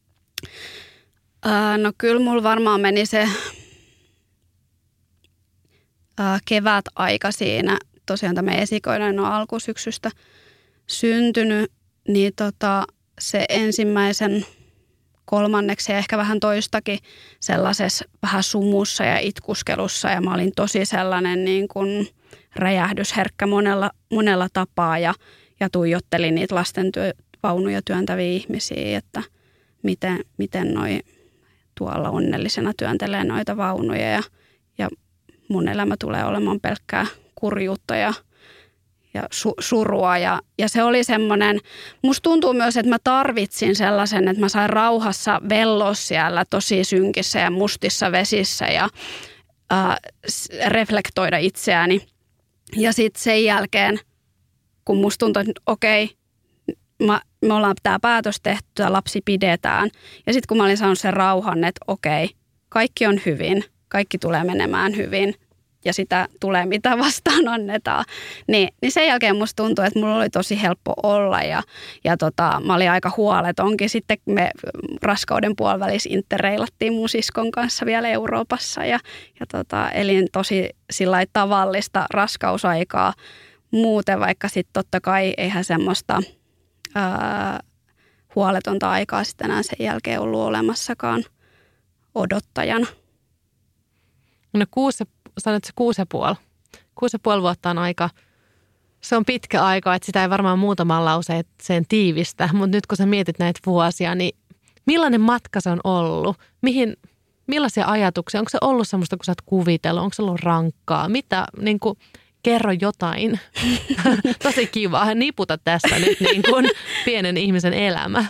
C: Äh, no kyllä mulla varmaan meni se äh, kevät aika siinä tosiaan tämä esikoinen on alkusyksystä syntynyt, niin tota, se ensimmäisen kolmanneksi ja ehkä vähän toistakin sellaisessa vähän sumussa ja itkuskelussa. Ja mä olin tosi sellainen niin kuin räjähdysherkkä monella, monella tapaa ja, ja tuijottelin niitä lasten työ, vaunuja työntäviä ihmisiä, että miten, miten noi tuolla onnellisena työntelee noita vaunuja ja, ja mun elämä tulee olemaan pelkkää kurjuutta ja, ja su, surua. Ja, ja se oli semmoinen, musta tuntuu myös, että mä tarvitsin sellaisen, että mä sain rauhassa velloa siellä tosi synkissä ja mustissa vesissä ja äh, reflektoida itseäni. Ja sitten sen jälkeen, kun musta tuntui, että okei, mä, me ollaan tämä päätös tehty ja lapsi pidetään. Ja sitten kun mä olin saanut sen rauhan, että okei, kaikki on hyvin, kaikki tulee menemään hyvin ja sitä tulee mitä vastaan annetaan. Niin, niin sen jälkeen musta tuntui, että mulla oli tosi helppo olla ja, ja tota, mä olin aika huoletonkin. Sitten me raskauden puolivälissä interreilattiin mun siskon kanssa vielä Euroopassa ja, ja tota, elin tosi sillai tavallista raskausaikaa muuten, vaikka sitten totta kai eihän semmoista ää, huoletonta aikaa sitten enää sen jälkeen ollut olemassakaan odottajana.
B: No kuusi, sanoit se kuusi ja puoli. Kuusi ja puoli vuotta on aika, se on pitkä aika, että sitä ei varmaan muutaman lauseeseen tiivistä, mutta nyt kun sä mietit näitä vuosia, niin millainen matka se on ollut? Mihin, millaisia ajatuksia? Onko se ollut semmoista, kun sä oot kuvitellut? Onko se ollut rankkaa? Mitä, niin kuin, kerro jotain. Tosi kiva. Niputa tässä nyt niin kuin pienen ihmisen elämä.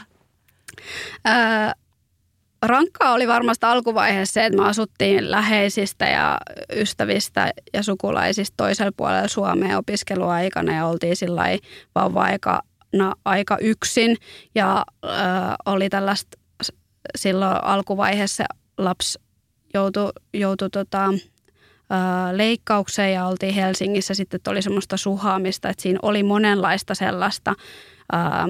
C: Öö, rankkaa oli varmasti alkuvaiheessa se, että me asuttiin läheisistä ja ystävistä ja sukulaisista toisella puolella Suomea opiskeluaikana ja oltiin sillai vauva-aikana aika yksin ja öö, oli tällaista silloin alkuvaiheessa lapsi joutui, joutui tota, leikkaukseen ja oltiin Helsingissä sitten, että oli semmoista suhaamista, että siinä oli monenlaista sellaista ää,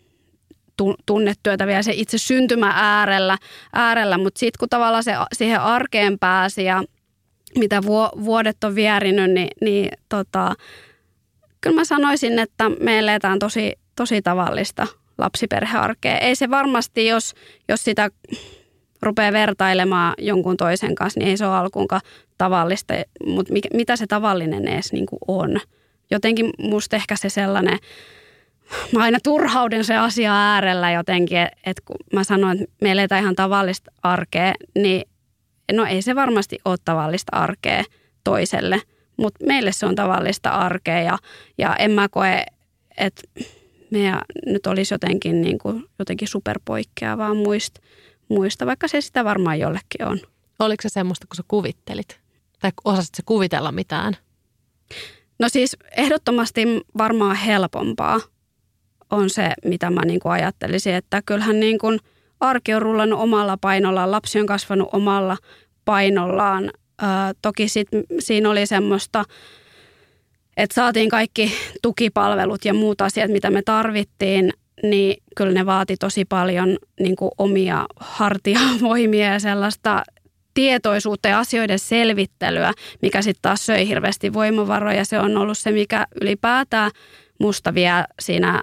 C: tunnetyötä vielä se itse syntymä äärellä, äärellä. Mutta sitten kun tavallaan se, siihen arkeen pääsi ja mitä vuodet on vierinyt, niin, niin tota, kyllä mä sanoisin, että me eletään tosi, tosi tavallista lapsiperhearkea. Ei se varmasti, jos, jos sitä rupeaa vertailemaan jonkun toisen kanssa, niin ei se ole alkuunkaan tavallista, mutta mikä, mitä se tavallinen edes niin kuin on. Jotenkin musta ehkä se sellainen, mä aina turhauden se asia äärellä jotenkin, että kun mä sanoin, että me eletään ihan tavallista arkea, niin no ei se varmasti ole tavallista arkea toiselle, mutta meille se on tavallista arkea ja, ja en mä koe, että meidän nyt olisi jotenkin, niin kuin, jotenkin superpoikkeavaa muista. Muista, vaikka se sitä varmaan jollekin on.
B: Oliko se semmoista, kun sä kuvittelit? Tai osasit sä kuvitella mitään?
C: No siis ehdottomasti varmaan helpompaa on se, mitä mä niin kuin ajattelisin. Että kyllähän niin kuin arki on rullannut omalla painollaan, lapsi on kasvanut omalla painollaan. Ää, toki sit siinä oli semmoista, että saatiin kaikki tukipalvelut ja muut asiat, mitä me tarvittiin, niin kyllä ne vaati tosi paljon niin kuin omia hartiavoimia ja sellaista tietoisuutta ja asioiden selvittelyä, mikä sitten taas söi hirveästi voimavaroja. Se on ollut se, mikä ylipäätään musta vie siinä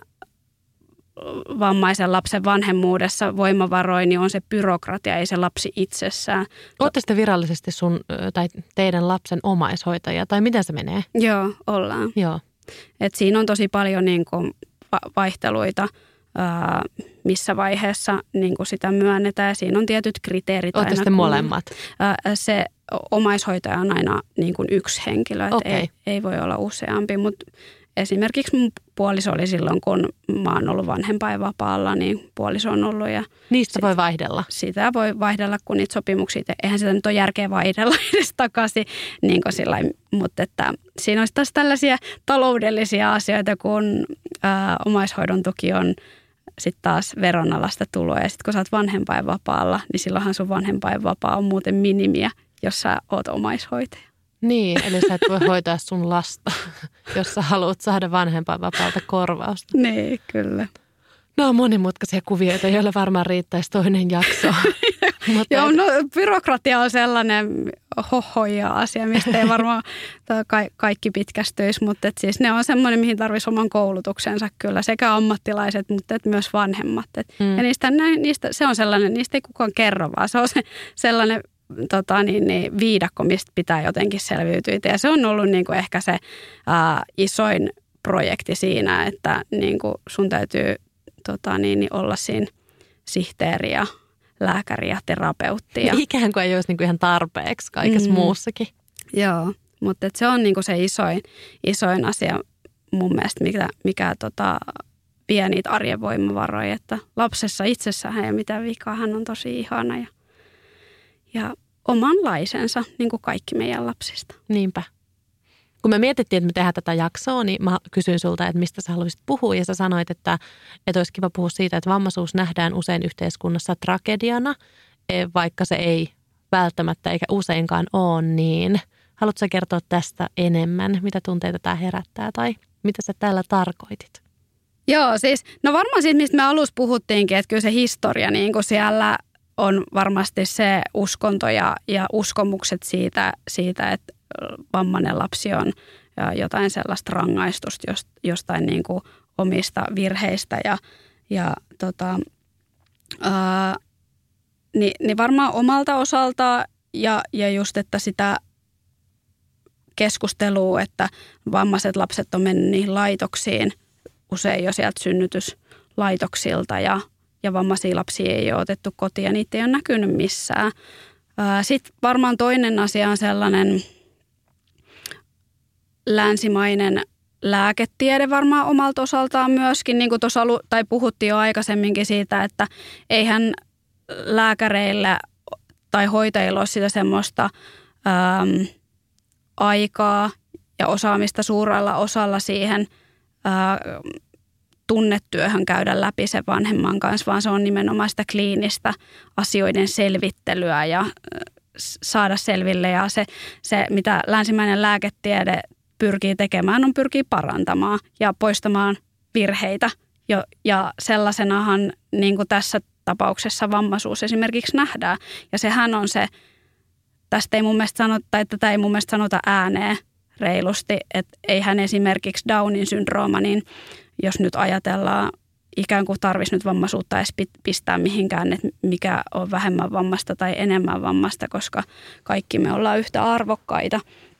C: vammaisen lapsen vanhemmuudessa voimavaroin, niin on se byrokratia, ei se lapsi itsessään.
B: Ootte sitten virallisesti sun tai teidän lapsen omaishoitaja, tai miten se menee?
C: Joo, ollaan.
B: Joo.
C: Et siinä on tosi paljon niin kuin vaihteluita, ää, missä vaiheessa niin kuin sitä myönnetään. Ja siinä on tietyt kriteerit.
B: Ootte sitten molemmat?
C: Ää, se omaishoitaja on aina niin kuin yksi henkilö, että
B: okay.
C: ei, ei voi olla useampi, mutta esimerkiksi mun puoliso oli silloin, kun mä oon ollut vanhempainvapaalla, niin puoliso on ollut. Ja
B: niistä
C: sit,
B: voi vaihdella?
C: Sitä voi vaihdella, kun niitä sopimuksia, eihän sitä nyt ole järkeä vaihdella edes takaisin. Niin sillain, mutta että siinä olisi taas tällaisia taloudellisia asioita, kun ää, omaishoidon tuki on sitten taas veronalasta tuloa. Ja sitten kun sä oot vanhempainvapaalla, niin silloinhan sun vanhempainvapaa on muuten minimiä, jos sä oot omaishoitaja.
B: Niin, eli sä et voi hoitaa sun lasta, jos sä haluat saada vanhempainvapaalta korvausta.
C: Niin, kyllä.
B: nämä on monimutkaisia kuvioita, joilla varmaan riittäisi toinen jakso.
C: Mutta joo, no byrokratia on sellainen hohoja asia, mistä ei varmaan ka- kaikki pitkästyisi, mutta et siis ne on semmoinen, mihin tarvitsisi oman koulutuksensa kyllä, sekä ammattilaiset, mutta et myös vanhemmat. Et, mm. Ja niistä, niistä, se on sellainen, niistä ei kukaan kerro, vaan se on se, sellainen tota, niin, niin, viidakko, mistä pitää jotenkin selviytyä. Ja se on ollut niin kuin ehkä se ää, isoin projekti siinä, että niin kuin sun täytyy tota, niin, niin olla siinä sihteeri ja lääkäri ja terapeutti. Ja
B: ikään kuin ei olisi niinku ihan tarpeeksi kaikessa mm. muussakin.
C: Joo, mutta se on niinku se isoin, isoin asia mun mielestä, mikä, mikä tota, vie niitä arjen voimavaroja. Että lapsessa itsessään ei ole mitään vikaa, hän on tosi ihana ja, ja omanlaisensa, niin kuin kaikki meidän lapsista.
B: Niinpä. Kun me mietittiin, että me tehdään tätä jaksoa, niin mä kysyin sulta, että mistä sä haluaisit puhua. Ja sä sanoit, että, että olisi kiva puhua siitä, että vammaisuus nähdään usein yhteiskunnassa tragediana, vaikka se ei välttämättä eikä useinkaan ole niin. Haluatko sä kertoa tästä enemmän? Mitä tunteita tämä herättää tai mitä sä täällä tarkoitit?
C: Joo, siis no varmaan siitä, mistä me alussa puhuttiinkin, että kyllä se historia niin kuin siellä on varmasti se uskonto ja, ja uskomukset siitä, siitä, että vammainen lapsi on jotain sellaista rangaistusta jostain niin kuin omista virheistä ja, ja tota, ää, niin, niin varmaan omalta osaltaan ja, ja just, että sitä keskustelua, että vammaiset lapset on mennyt niihin laitoksiin usein jo sieltä synnytyslaitoksilta ja, ja vammaisia lapsia ei ole otettu kotiin ja niitä ei ole näkynyt missään. Sitten varmaan toinen asia on sellainen länsimainen lääketiede varmaan omalta osaltaan myöskin, niin kuin tuossa alu, tai puhuttiin jo aikaisemminkin siitä, että eihän lääkäreillä tai hoitajilla ole sitä semmoista äm, aikaa ja osaamista suurella osalla siihen ää, tunnetyöhön käydä läpi sen vanhemman kanssa, vaan se on nimenomaan sitä kliinistä asioiden selvittelyä ja saada selville. Ja se, se mitä länsimäinen lääketiede pyrkii tekemään, on pyrkii parantamaan ja poistamaan virheitä. Jo, ja sellaisenahan niin kuin tässä tapauksessa vammaisuus esimerkiksi nähdään. Ja sehän on se, tästä ei mun mielestä sanota, tai tätä ei mun mielestä sanota ääneen reilusti, että eihän esimerkiksi Downin syndrooma, niin jos nyt ajatellaan, ikään kuin tarvitsisi nyt vammaisuutta edes pistää mihinkään, että mikä on vähemmän vammasta tai enemmän vammasta, koska kaikki me ollaan yhtä arvokkaita.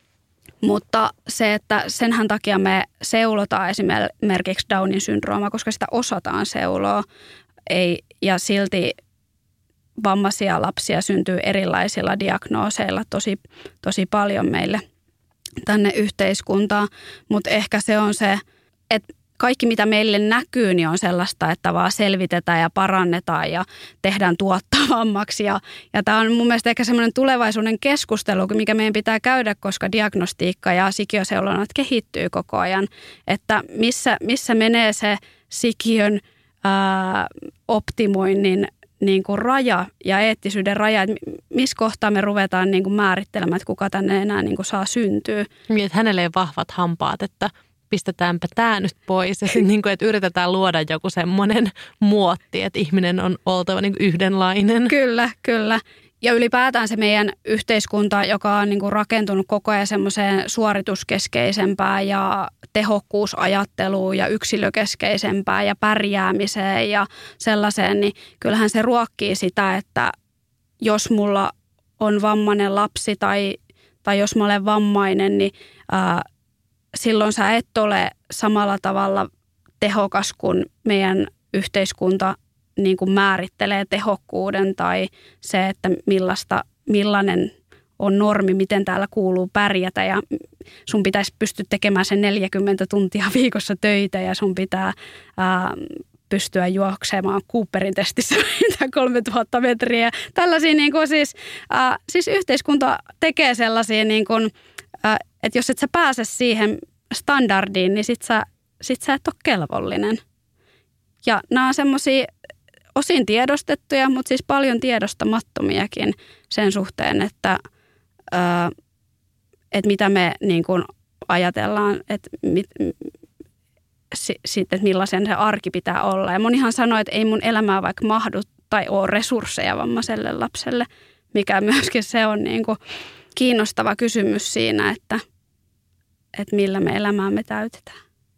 C: Mutta se, että senhän takia me seulotaan esimerkiksi Downin syndrooma, koska sitä osataan seuloa, ei, ja silti vammaisia lapsia syntyy erilaisilla diagnooseilla tosi, tosi paljon meille tänne yhteiskuntaan, mutta ehkä se on se, että kaikki mitä meille näkyy, niin on sellaista, että vaan selvitetään ja parannetaan ja tehdään tuottavammaksi. Ja, ja tämä on mun mielestä ehkä semmoinen tulevaisuuden keskustelu, mikä meidän pitää käydä, koska diagnostiikka ja sikiöseulonnat kehittyy koko ajan. Että missä, missä menee se sikiön ää, optimoinnin niin kuin raja ja eettisyyden raja, että missä kohtaa me ruvetaan niin kuin määrittelemään, että kuka tänne enää niin kuin saa syntyä.
B: Niin, että hänelle ei vahvat hampaat, että pistetäänpä tämä nyt pois ja sitten niin kuin, että yritetään luoda joku semmoinen muotti, että ihminen on oltava niin kuin yhdenlainen.
C: Kyllä, kyllä. Ja ylipäätään se meidän yhteiskunta, joka on niin kuin rakentunut koko ajan semmoiseen suorituskeskeisempään ja tehokkuusajatteluun ja yksilökeskeisempään ja pärjäämiseen ja sellaiseen, niin kyllähän se ruokkii sitä, että jos mulla on vammainen lapsi tai, tai jos mä olen vammainen, niin ää, silloin sä et ole samalla tavalla tehokas kuin meidän yhteiskunta niin kuin määrittelee tehokkuuden tai se, että millaista, millainen on normi, miten täällä kuuluu pärjätä ja sun pitäisi pystyä tekemään sen neljäkymmentä tuntia viikossa töitä ja sun pitää ää, pystyä juoksemaan Cooperin testissä kolmetuhatta metriä. Tällaisia niin kuin siis, ää, siis yhteiskunta tekee sellaisia, niin kuin, ää, että jos et sä pääse siihen standardiin, niin sit sä, sit sä et ole kelvollinen. Ja nämä on semmoisia osin tiedostettuja, mutta siis paljon tiedostamattomiakin sen suhteen, että, ää, että mitä me niin kuin ajatellaan, että mit, sitten, että millaisen se arki pitää olla. Ja monihan sanoo, että ei mun elämää vaikka mahdu tai ole resursseja vammaiselle lapselle, mikä myöskin se on niin kuin kiinnostava kysymys siinä, että, että millä me elämäämme täytetään.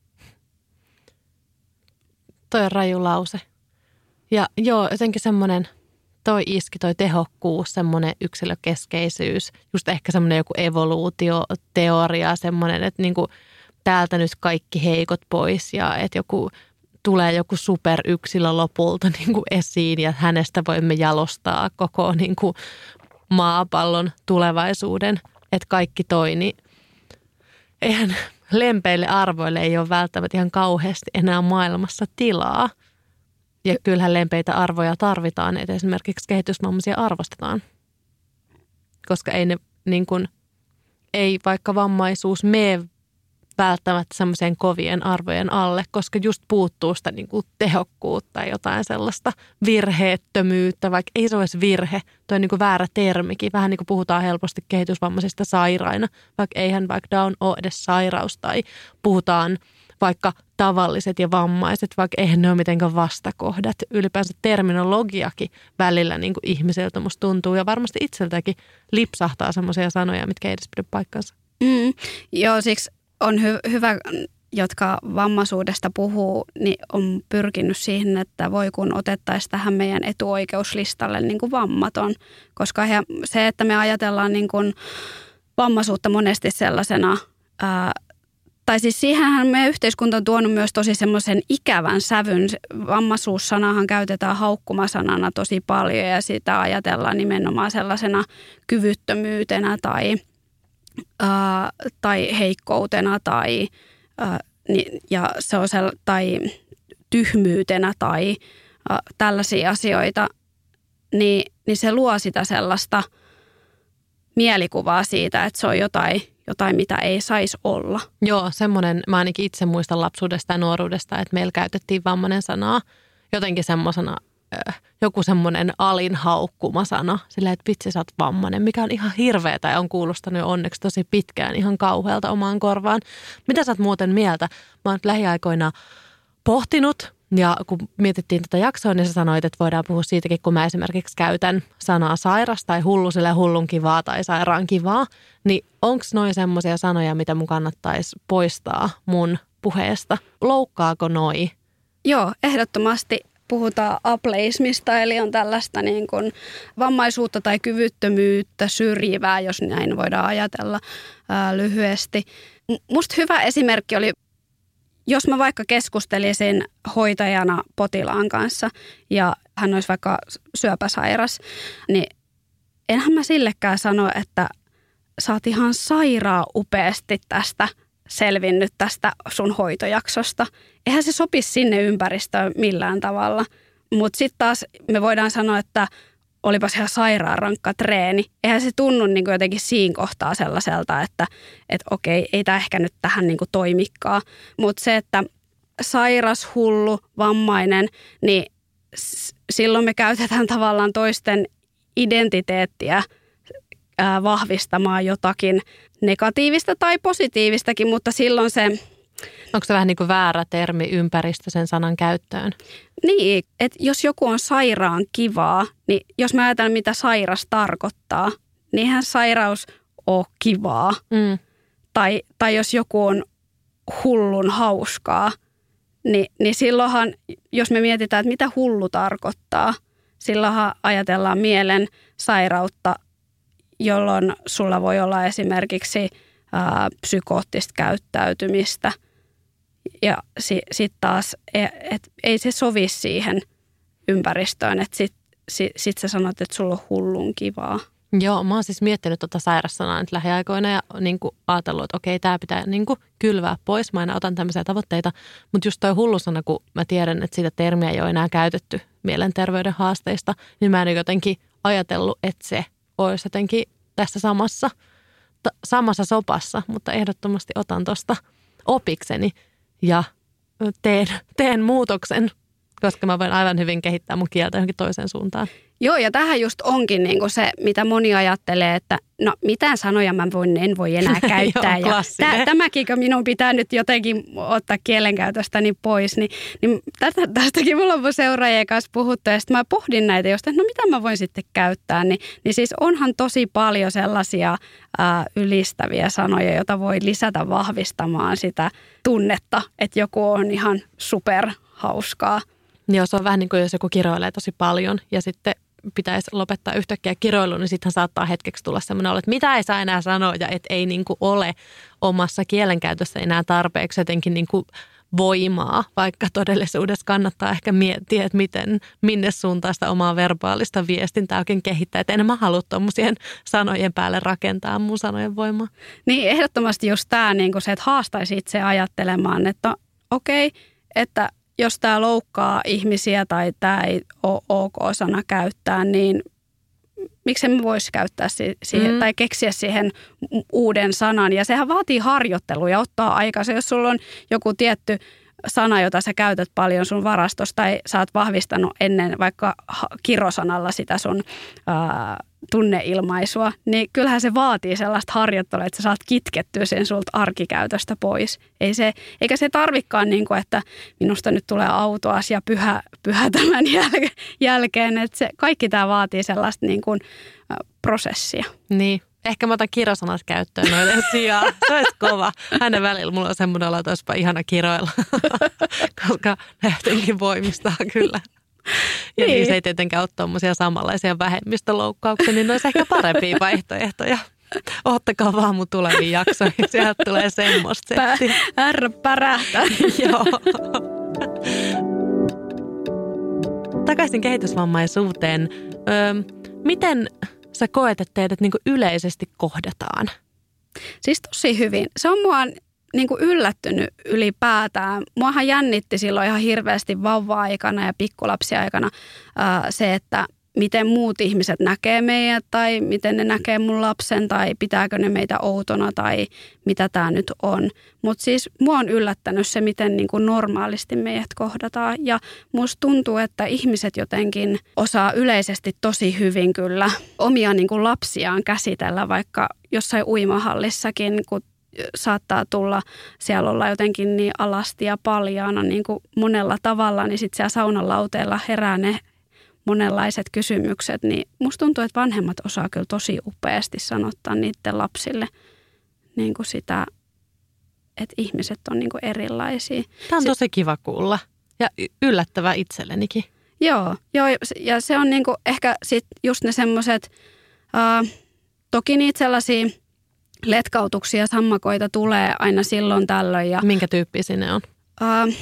B: Toi on raju lause. Ja joo, jotenkin semmoinen, toi iski, toi tehokkuus, semmoinen yksilökeskeisyys, just ehkä semmoinen joku evoluutioteoria, semmoinen, että niinku täältä nyt kaikki heikot pois ja että joku tulee joku superyksilö lopulta niinku esiin ja hänestä voimme jalostaa koko niinku maapallon tulevaisuuden, että kaikki toi, niin eihän lempeille arvoille ei ole välttämättä ihan kauheasti enää maailmassa tilaa. Ja kyllähän lempeitä arvoja tarvitaan, että esimerkiksi kehitysvammaisia arvostetaan. Koska ei ne niin kuin, ei vaikka vammaisuus mene välttämättä semmoiseen kovien arvojen alle, koska just puuttuu sitä niin kuin tehokkuutta ja jotain sellaista virheettömyyttä, vaikka ei se olisi virhe, tuo on niin kuin väärä termikin. Vähän niin kuin puhutaan helposti kehitysvammaisista sairaina, vaikka eihän vaikka Down ole edes sairaus tai puhutaan vaikka tavalliset ja vammaiset, vaikka eihän ne ole mitenkään vastakohdat. Ylipäänsä terminologiakin välillä niin kuin ihmiseltä musta tuntuu ja varmasti itseltäkin lipsahtaa semmoisia sanoja, mitkä ei edes pidä paikkansa.
C: Mm, joo, siksi on hy- hyvä, jotka vammaisuudesta puhuu, niin on pyrkinyt siihen, että voi kun otettaisiin tähän meidän etuoikeuslistalle niin kuin vammaton. Koska he, se, että me ajatellaan niin kuin vammaisuutta monesti sellaisena, ää, tai siis siihenhän meidän yhteiskunta on tuonut myös tosi semmoisen ikävän sävyn. Vammaisuussanahan käytetään haukkumasanana tosi paljon ja sitä ajatellaan nimenomaan sellaisena kyvyttömyytenä tai Ää, tai heikkoutena tai, ää, ni, ja se on sel, tai tyhmyytenä tai ää, tällaisia asioita, niin, niin se luo sitä sellaista mielikuvaa siitä, että se on jotain, jotain mitä ei saisi olla.
B: Joo, semmoinen, mä ainakin itse muistan lapsuudesta ja nuoruudesta, että meillä käytettiin vammainen sanaa jotenkin semmoisena, joku semmoinen alin haukkumasana, silleen, että vitsi sä oot vammainen, mikä on ihan hirveetä ja on kuulostanut jo onneksi tosi pitkään ihan kauhealta omaan korvaan. Mitä sä oot muuten mieltä? Mä oon lähiaikoina pohtinut ja kun mietittiin tätä jaksoa, niin sä sanoit, että voidaan puhua siitäkin, kun mä esimerkiksi käytän sanaa sairas tai hullu, sille hullun kivaa tai sairaan kivaa, niin onko noin semmoisia sanoja, mitä mun kannattaisi poistaa mun puheesta? Loukkaako noi?
C: Joo, ehdottomasti. Puhutaan ableismista, eli on tällaista niin kuin vammaisuutta tai kyvyttömyyttä, syrjivää, jos näin voidaan ajatella ää, lyhyesti. Musta hyvä esimerkki oli, jos mä vaikka keskustelisin hoitajana potilaan kanssa ja hän olisi vaikka syöpäsairas, niin enhän mä sillekään sano, että sä oot ihan sairaan upeasti tästä selvinnyt tästä sun hoitojaksosta. Eihän se sopisi sinne ympäristöön millään tavalla. Mutta sitten taas me voidaan sanoa, että olipas ihan sairaan rankka treeni. Eihän se tunnu niin kuin jotenkin siinä kohtaa sellaiselta, että et okei, ei tämä ehkä nyt tähän niin kuin toimikaan. Mutta se, että sairas, hullu, vammainen, niin silloin me käytetään tavallaan toisten identiteettiä ää, vahvistamaan jotakin negatiivista tai positiivistakin, mutta silloin se...
B: Onko se vähän niin kuin väärä termi ympäristö sen sanan käyttöön?
C: Niin, että jos joku on sairaan kivaa, niin jos mä ajattelen, mitä sairas tarkoittaa, niin eihän sairaus ole kivaa. Mm. Tai, tai jos joku on hullun hauskaa, niin, niin silloinhan, jos me mietitään, että mitä hullu tarkoittaa, silloinhan ajatellaan mielen sairautta, jolloin sulla voi olla esimerkiksi ää, psykoottista käyttäytymistä. Ja si, sitten taas, et, et, ei se sovi siihen ympäristöön, että sitten sit, sit sä sanot, että sulla on hullun kivaa.
B: Joo, mä oon siis miettinyt tuota sairassanaa nyt lähiaikoina ja niin kuin ajatellut, että okei, tämä pitää niin kuin kylvää pois. Mä aina otan tämmöisiä tavoitteita, mutta just toi hullusana, kun mä tiedän, että sitä termiä ei ole enää käytetty mielenterveyden haasteista, niin mä en jotenkin ajatellut, että se olisi jotenkin tässä samassa, t- samassa sopassa, mutta ehdottomasti otan tuosta opikseni ja teen, teen muutoksen koska mä voin aivan hyvin kehittää mun kieltä johonkin toiseen suuntaan.
C: Joo, ja tähän just onkin niin kuin se, mitä moni ajattelee, että no mitään sanoja mä voin, en voi enää käyttää.
B: Joo,
C: ja tä, tämäkin, kun minun pitää nyt jotenkin ottaa kielenkäytöstäni pois, niin, niin tästä, tästäkin mulla on mun seuraajien kanssa puhuttu. Ja sitten mä pohdin näitä just, että no mitä mä voin sitten käyttää. Niin, niin siis onhan tosi paljon sellaisia ää, ylistäviä sanoja, joita voi lisätä vahvistamaan sitä tunnetta, että joku on ihan superhauskaa.
B: Joo, se on vähän niin kuin jos joku kiroilee tosi paljon ja sitten pitäisi lopettaa yhtäkkiä kiroilu, niin sittenhän saattaa hetkeksi tulla semmoinen olo, että mitä ei saa enää sanoa ja että ei niin kuin ole omassa kielenkäytössä enää tarpeeksi jotenkin niin kuin voimaa, vaikka todellisuudessa kannattaa ehkä miettiä, että miten, minne suuntaan sitä omaa verbaalista viestintää oikein kehittää. Että en mä halua tuommoisien sanojen päälle rakentaa mun sanojen voimaa.
C: Niin, ehdottomasti just tämä niin kuin se, että haastaisi itse ajattelemaan, että okei, okay, että jos tämä loukkaa ihmisiä tai tämä ei ole ok-sana käyttää, niin miksi me voisi käyttää siihen mm. tai keksiä siihen uuden sanan. Ja sehän vaatii harjoittelua ja ottaa aikaa. Se, jos sulla on joku tietty sana, jota sä käytät paljon sun varastossa tai sä oot vahvistanut ennen vaikka kirosanalla sitä sun ää, tunneilmaisua, niin kyllähän se vaatii sellaista harjoittelua, että sä saat kitkettyä sen sulta arkikäytöstä pois. Ei se, eikä se tarvikaan niin kuin, että minusta nyt tulee autoasia pyhä, pyhä tämän jäl- jälkeen. Että se, kaikki tämä vaatii sellaista niin kuin, ä, prosessia.
B: Niin. Ehkä mä otan kirosanat käyttöön noiden sijaan. Se olisi kova. Hänen välillä mulla on semmoinen olo, että olisipa ihana kiroilla, koska ne jotenkin voimistaa kyllä. Ja niin. Niin se ei tietenkään ole tuommoisia samanlaisia vähemmistöloukkauksia, niin ne olisi ehkä parempia vaihtoehtoja. Ottakaa vaan mun tuleviin jaksoihin, sieltä tulee semmoista settiä.
C: Ärrä pärähtää.
B: Joo. Takaisin kehitysvammaisuuteen. Öö, miten sä koet, että teidät niin kuin yleisesti kohdataan?
C: Siis tosi hyvin. Se on mua niin kuin yllättynyt ylipäätään. Muahan jännitti silloin ihan hirveästi vauva-aikana ja pikkulapsiaikana ää, se, että miten muut ihmiset näkee meidät tai miten ne näkee mun lapsen tai pitääkö ne meitä outona tai mitä tämä nyt on. Mutta siis mua on yllättänyt se, miten niin kuin normaalisti meidät kohdataan ja musta tuntuu, että ihmiset jotenkin osaa yleisesti tosi hyvin kyllä omia niin kuin lapsiaan käsitellä, vaikka jossain uimahallissakin, kun saattaa tulla, siellä olla jotenkin niin alasti ja paljaana niin kuin monella tavalla, niin sitten siellä saunan lauteella herää ne monenlaiset kysymykset, niin musta tuntuu, että vanhemmat osaa kyllä tosi upeasti sanottaa niiden lapsille niin kuin sitä, että ihmiset on niin kuin erilaisia.
B: Tämä on tosi kiva kuulla ja yllättävää itsellenikin.
C: Joo, joo ja se on niin kuin ehkä sit just ne semmoiset, äh, toki niitä sellaisia letkautuksia, sammakoita tulee aina silloin tällöin. Ja,
B: minkä tyyppisiä ne on?
C: Äh,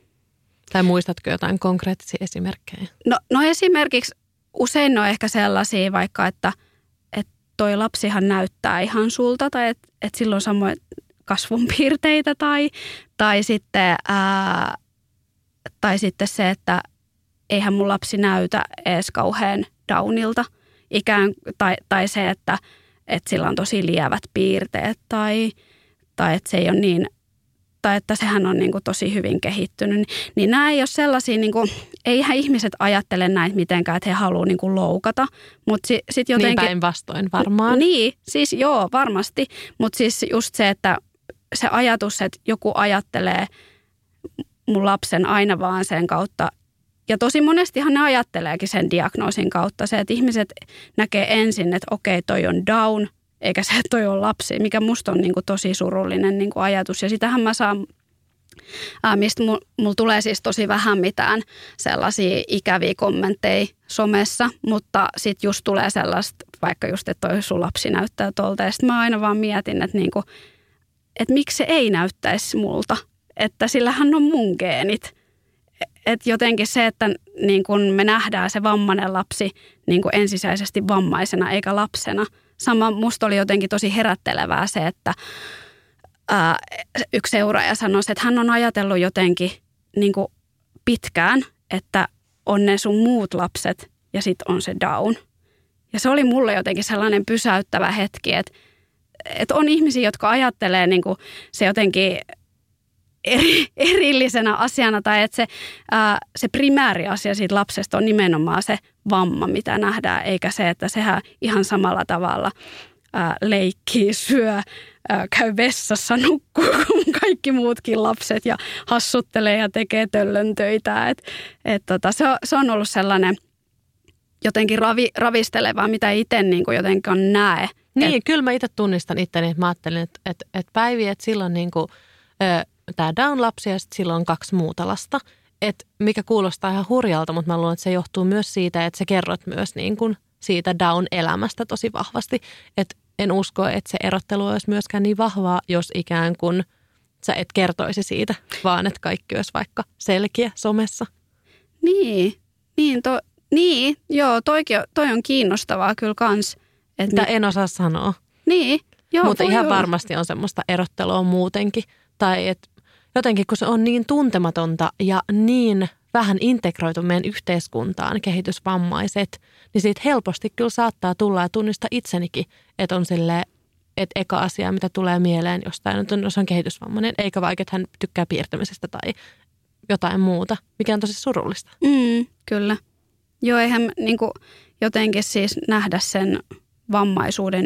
B: Tai muistatko jotain konkreettisia esimerkkejä?
C: No, no esimerkiksi usein ne on ehkä sellaisia vaikka, että, että toi lapsihan näyttää ihan sulta tai että, että sillä on samoin kasvonpiirteitä tai, tai, sitten, ää, tai sitten se, että eihän mun lapsi näytä edes kauhean downilta ikään, tai, tai se, että, että sillä on tosi lievät piirteet tai, tai että se ei ole niin tai että sehän on niin kuin tosi hyvin kehittynyt, niin, niin nämä ei ole sellaisia, niin kuin, eihän ihmiset ajattele näitä mitenkään, että he haluaa niin kuin loukata. Mutta si, sit jotenkin,
B: niin päinvastoin varmaan.
C: Niin, siis joo, varmasti. Mutta siis just se, että se ajatus, että joku ajattelee mun lapsen aina vaan sen kautta, ja tosi monestihan ne ajatteleekin sen diagnoosin kautta. Se, että ihmiset näkee ensin, että okei, toi on down, eikä se, että toi on lapsi, mikä musta on niin kuin tosi surullinen niin kuin ajatus. Ja sitähän mä saan, ää, mistä mulla tulee siis tosi vähän mitään sellaisia ikäviä kommentteja somessa, mutta sitten just tulee sellaista, vaikka just, että toi sun lapsi näyttää tolta. Ja sitten mä aina vaan mietin, että, niin kuin, että miksi se ei näyttäisi multa, että sillähän on mun geenit. Että jotenkin se, että niin kun me nähdään se vammainen lapsi niin kun ensisijaisesti vammaisena eikä lapsena. Sama musta oli jotenkin tosi herättelevää se, että ää, yksi seuraaja sanoi, että hän on ajatellut jotenkin niin kun pitkään, että on ne sun muut lapset ja sit on se down. Ja se oli mulle jotenkin sellainen pysäyttävä hetki, että, että on ihmisiä, jotka ajattelee niin kun se jotenkin eri, erillisenä asiana tai että se, ää, se primääri asia siitä lapsesta on nimenomaan se vamma, mitä nähdään, eikä se, että sehän ihan samalla tavalla ää, leikkii, syö, ää, käy vessassa, nukkuu kuin kaikki muutkin lapset ja hassuttelee ja tekee töllön töitä. Et, et tota, se, on, se on ollut sellainen jotenkin ravi, ravistelevaa, mitä itse niin kuin jotenkin näe.
B: Niin,
C: et,
B: kyllä mä itse tunnistan itteni, että mä ajattelin, että, että, että Päivi, että silloin niin kuin, tämä Down-lapsi ja sitten silloin kaksi muuta lasta, et mikä kuulostaa ihan hurjalta, mutta mä luulen, että se johtuu myös siitä, että sä kerrot myös niin kuin siitä Down-elämästä tosi vahvasti. Et en usko, että se erottelu olisi myöskään niin vahvaa, jos ikään kuin sä et kertoisi siitä, vaan että kaikki olisi vaikka selkeä somessa.
C: Niin, niin, to, niin joo, toikin, toi on kiinnostavaa kyllä kans.
B: Että mitä en osaa sanoa.
C: Niin, joo.
B: Mutta ihan
C: olla.
B: varmasti on semmoista erottelua muutenkin. Tai että jotenkin kun se on niin tuntematonta ja niin vähän integroitu meidän yhteiskuntaan kehitysvammaiset, niin siitä helposti kyllä saattaa tulla ja tunnistaa itsenikin, että on silleen, että eka asia, mitä tulee mieleen jostain, että jos on kehitysvammainen, eikä vaikka, että hän tykkää piirtämisestä tai jotain muuta, mikä on tosi surullista.
C: Mm, kyllä. Joo, eihän niin kuin jotenkin siis nähdä sen vammaisuuden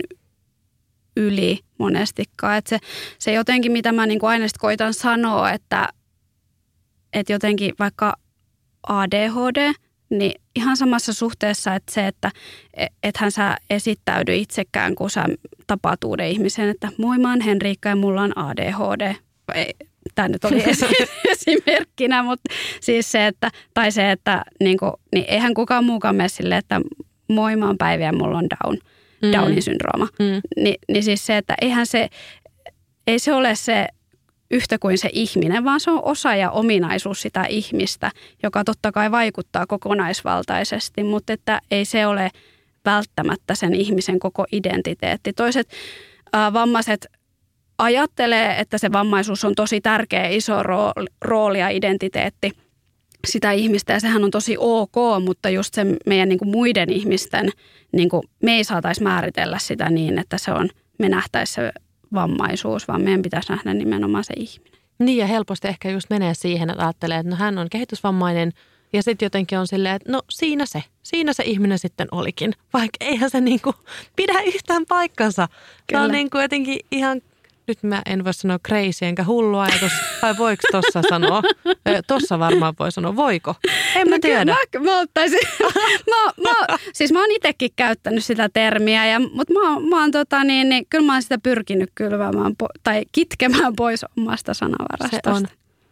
C: yli monestikaan. Että se, se jotenkin, mitä mä niin kuin aina sit koitan sanoa, että, että jotenkin vaikka A D H D, niin ihan samassa suhteessa, että se, että ethän sä esittäydy itsekään, kun sä tapaat uuden ihmisen, että moi, mä oon Henriikka ja mulla on A D H D. Tämä nyt oli esimerkkinä, mutta siis se, että, tai se, että niin kuin, niin eihän kukaan muukaan mene silleen, että moi, mä oon Päivi ja mulla on Down, mm. Downin syndrooma. Mm. Ni, niin siis se, että eihän se, ei se ole se yhtä kuin se ihminen, vaan se on osa ja ominaisuus sitä ihmistä, joka totta kai vaikuttaa kokonaisvaltaisesti, mutta että ei se ole välttämättä sen ihmisen koko identiteetti. Toiset äh, vammaiset ajattelee, että se vammaisuus on tosi tärkeä, iso rooli ja identiteetti sitä ihmistä ja sehän on tosi ok, mutta just se meidän niin kuin muiden ihmisten, niin kuin me ei saataisi määritellä sitä niin, että se on, me nähtäisi se vammaisuus, vaan meidän pitäisi nähdä nimenomaan se ihminen.
B: Niin ja helposti ehkä just menee siihen, että ajattelee, että no hän on kehitysvammainen ja sitten jotenkin on silleen, että no siinä se, siinä se ihminen sitten olikin, vaikka eihän se niin kuin pidä yhtään paikkansa. Tämä on niin kuin jotenkin ihan... Nyt mä en voi sanoa crazy enkä hullu ajatus, vai voiko tossa sanoa? Tossa varmaan voi sanoa, voiko? En mä
C: no,
B: tiedä.
C: Mä, mä ottaisin, mä, mä, siis mä oon itsekin käyttänyt sitä termiä, ja, mutta mä, mä oon tota niin, niin kyllä mä oon sitä pyrkinyt kylvämään po, tai kitkemään pois omasta sanavarastosta.
B: Se on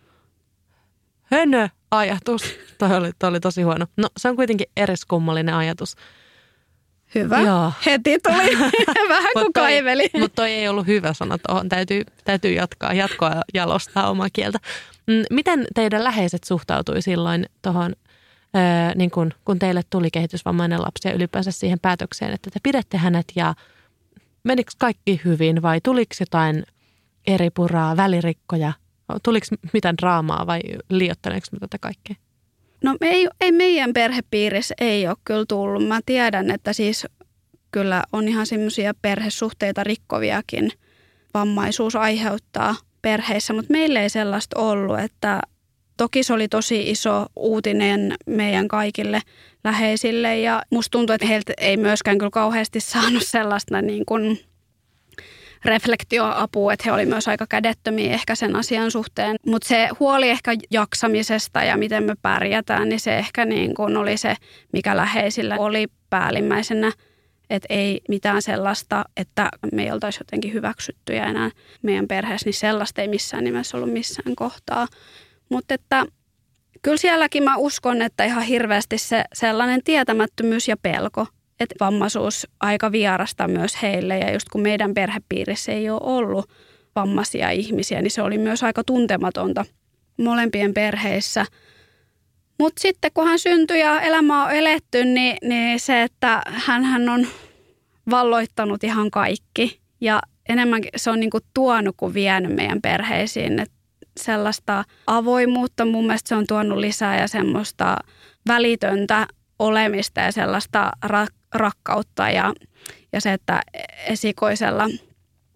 B: hönö ajatus. Toi oli, toi oli tosi huono. No se on kuitenkin eriskummallinen ajatus.
C: Hyvä. Joo. Heti tuli vähän kuin kaiveli.
B: Mutta toi ei ollut hyvä sana tuohon. Täytyy, täytyy jatkaa, jatkoa ja jalostaa omaa kieltä. Miten teidän läheiset suhtautui silloin tuohon, niin kun, kun teille tuli kehitysvammainen lapsi ja ylipäänsä siihen päätökseen, että te pidätte hänet ja menikö kaikki hyvin vai tuliko jotain eri puraa, välirikkoja? Tuliko mitään draamaa vai liioitteleeko me tätä kaikkea?
C: No ei, ei meidän perhepiirissä ei ole kyllä tullut. Mä tiedän, että siis kyllä on ihan semmoisia perhesuhteita rikkoviakin vammaisuus aiheuttaa perheissä, mutta meillä ei sellaista ollut, että toki se oli tosi iso uutinen meidän kaikille läheisille ja musta tuntuu, että heiltä ei myöskään kyllä kauheasti saanut sellaista niin kuin reflektioapua, että he oli myös aika kädettömiä ehkä sen asian suhteen. Mutta se huoli ehkä jaksamisesta ja miten me pärjätään, niin se ehkä niin kuin oli se, mikä läheisillä oli päällimmäisenä. Että ei mitään sellaista, että me ei oltaisi jotenkin hyväksyttyjä enää meidän perheessä, niin sellaista ei missään nimessä ollut missään kohtaa. Mutta että kyllä sielläkin mä uskon, että ihan hirveästi se sellainen tietämättömyys ja pelko, että vammaisuus aika vierasta myös heille ja just kun meidän perhepiirissä ei ole ollut vammaisia ihmisiä, niin se oli myös aika tuntematonta molempien perheissä. Mutta sitten kun hän syntyi ja elämä on eletty, niin, niin se, että hän on valloittanut ihan kaikki ja enemmänkin se on niinku tuonut kuin vienyt meidän perheisiin. Et sellaista avoimuutta mun mielestä se on tuonut lisää ja semmoista välitöntä olemista ja sellaista ra- rakkautta ja, ja se, että esikoisella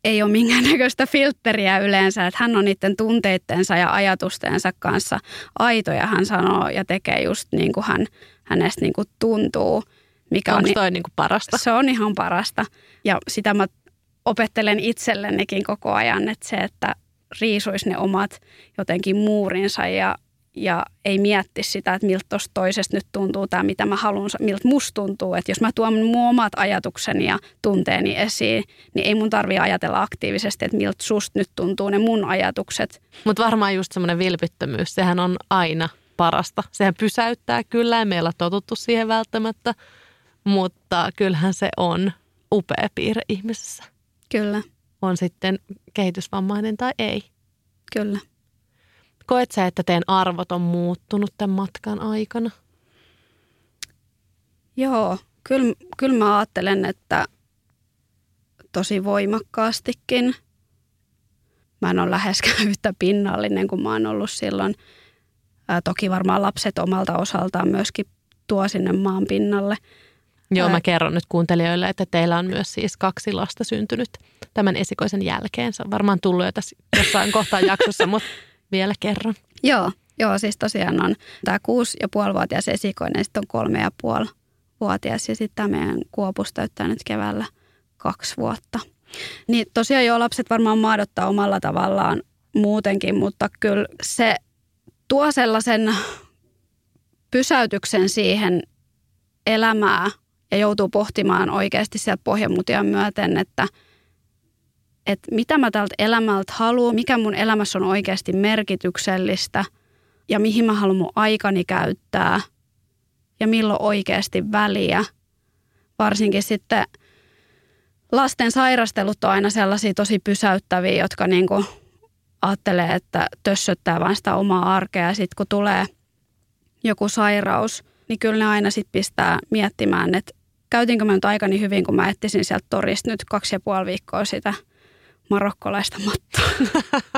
C: ei ole minkäännäköistä filtteriä yleensä, että hän on niiden tunteittensa ja ajatustensa kanssa aito ja hän sanoo ja tekee just niin kuin hän, hänestä niin kuin tuntuu. Mikä
B: Onko
C: on
B: toi niin kuin parasta?
C: Se on ihan parasta ja sitä mä opettelen itsellenikin koko ajan, että se, että riisuisi ne omat jotenkin muurinsa ja, ja ei miettisi sitä, että miltä tuosta toisesta nyt tuntuu tämä, mitä mä haluan, miltä musta tuntuu. Että jos mä tuon mun omat ajatukseni ja tunteeni esiin, niin ei mun tarvitse ajatella aktiivisesti, että miltä susta nyt tuntuu ne mun ajatukset.
B: Mutta varmaan just semmoinen vilpittömyys, sehän on aina parasta. Sehän pysäyttää kyllä, ei meillä ole totuttu siihen välttämättä, mutta kyllähän se on upea piirre ihmisessä.
C: Kyllä.
B: On sitten kehitysvammainen tai ei.
C: Kyllä.
B: Koet sä, että teidän arvot on muuttunut tämän matkan aikana?
C: Joo, kyllä, kyllä mä ajattelen, että tosi voimakkaastikin. Mä en ole läheskään yhtä pinnallinen kuin mä oon ollut silloin. Ää, toki varmaan lapset omalta osaltaan myöskin tuo sinne maan pinnalle.
B: Joo, mä kerron nyt kuuntelijoille, että teillä on myös siis kaksi lasta syntynyt tämän esikoisen jälkeen. Se on varmaan tullut jo tässä jossain kohtaa jaksossa, mutta vielä kerron.
C: Joo, joo, siis tosiaan on tämä kuusi ja puolivuotias esikoinen, sitten on kolme ja puoli vuotias ja sitten tämä meidän Kuopus täyttää nyt keväällä kaksi vuotta. Niin tosiaan joo, lapset varmaan maadottaa omalla tavallaan muutenkin, mutta kyllä se tuo sellaisen pysäytyksen siihen elämää ja joutuu pohtimaan oikeasti sieltä pohjamutian myöten, että, että mitä mä tältä elämältä haluan, mikä mun elämässä on oikeasti merkityksellistä ja mihin mä haluan mun aikani käyttää ja milloin oikeasti väliä. Varsinkin sitten lasten sairastelut on aina sellaisia tosi pysäyttäviä, jotka niin kuin ajattelee, että tössöttää vain sitä omaa arkea ja sitten kun tulee joku sairaus, niin kyllä ne aina sitten pistää miettimään, että käytinkö mä nyt aikani hyvin, kun mä etsisin sieltä torista nyt kaksi ja puoli viikkoa sitä marokkolaista mattoa.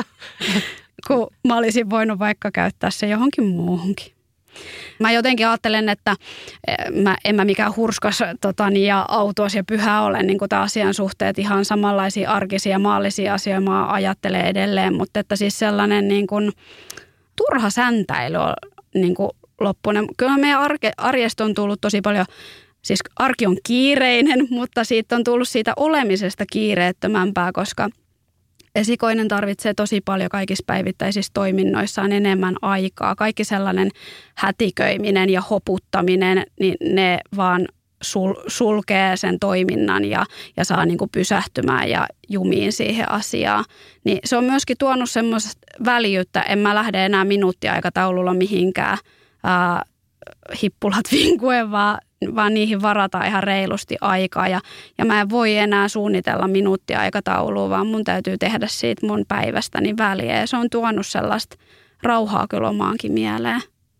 C: Kun mä olisin voinut vaikka käyttää se johonkin muuhunkin. Mä jotenkin ajattelen, että mä, en mä mikään hurskas totani, ja autuas ja pyhä ole niin kuin tämä asian suhteet, ihan samanlaisia arkisia maallisia asioita mä ajattelen edelleen, mutta että siis sellainen niin kuin turha säntäily on niin kuin loppuinen. Kyllä meidän arke, arjesta on tullut tosi paljon, siis arki on kiireinen, mutta siitä on tullut siitä olemisesta kiireettömämpää, koska esikoinen tarvitsee tosi paljon kaikissa päivittäisissä toiminnoissaan enemmän aikaa. Kaikki sellainen hätiköiminen ja hoputtaminen, niin ne vaan sul, sulkee sen toiminnan ja, ja saa niin kuin pysähtymään ja jumiin siihen asiaan. Niin se on myöskin tuonut semmoista väljyyttä, en mä lähde enää minuuttiaikataululla mihinkään ää, hippulat vinkuen, vaan, vaan niihin varataan ihan reilusti aikaa. Ja, ja mä en voi enää suunnitella minuuttiaikataulua, vaan mun täytyy tehdä siitä mun päivästäni väliä. Ja se on tuonut sellaista rauhaa kyllä omaankin mieleen.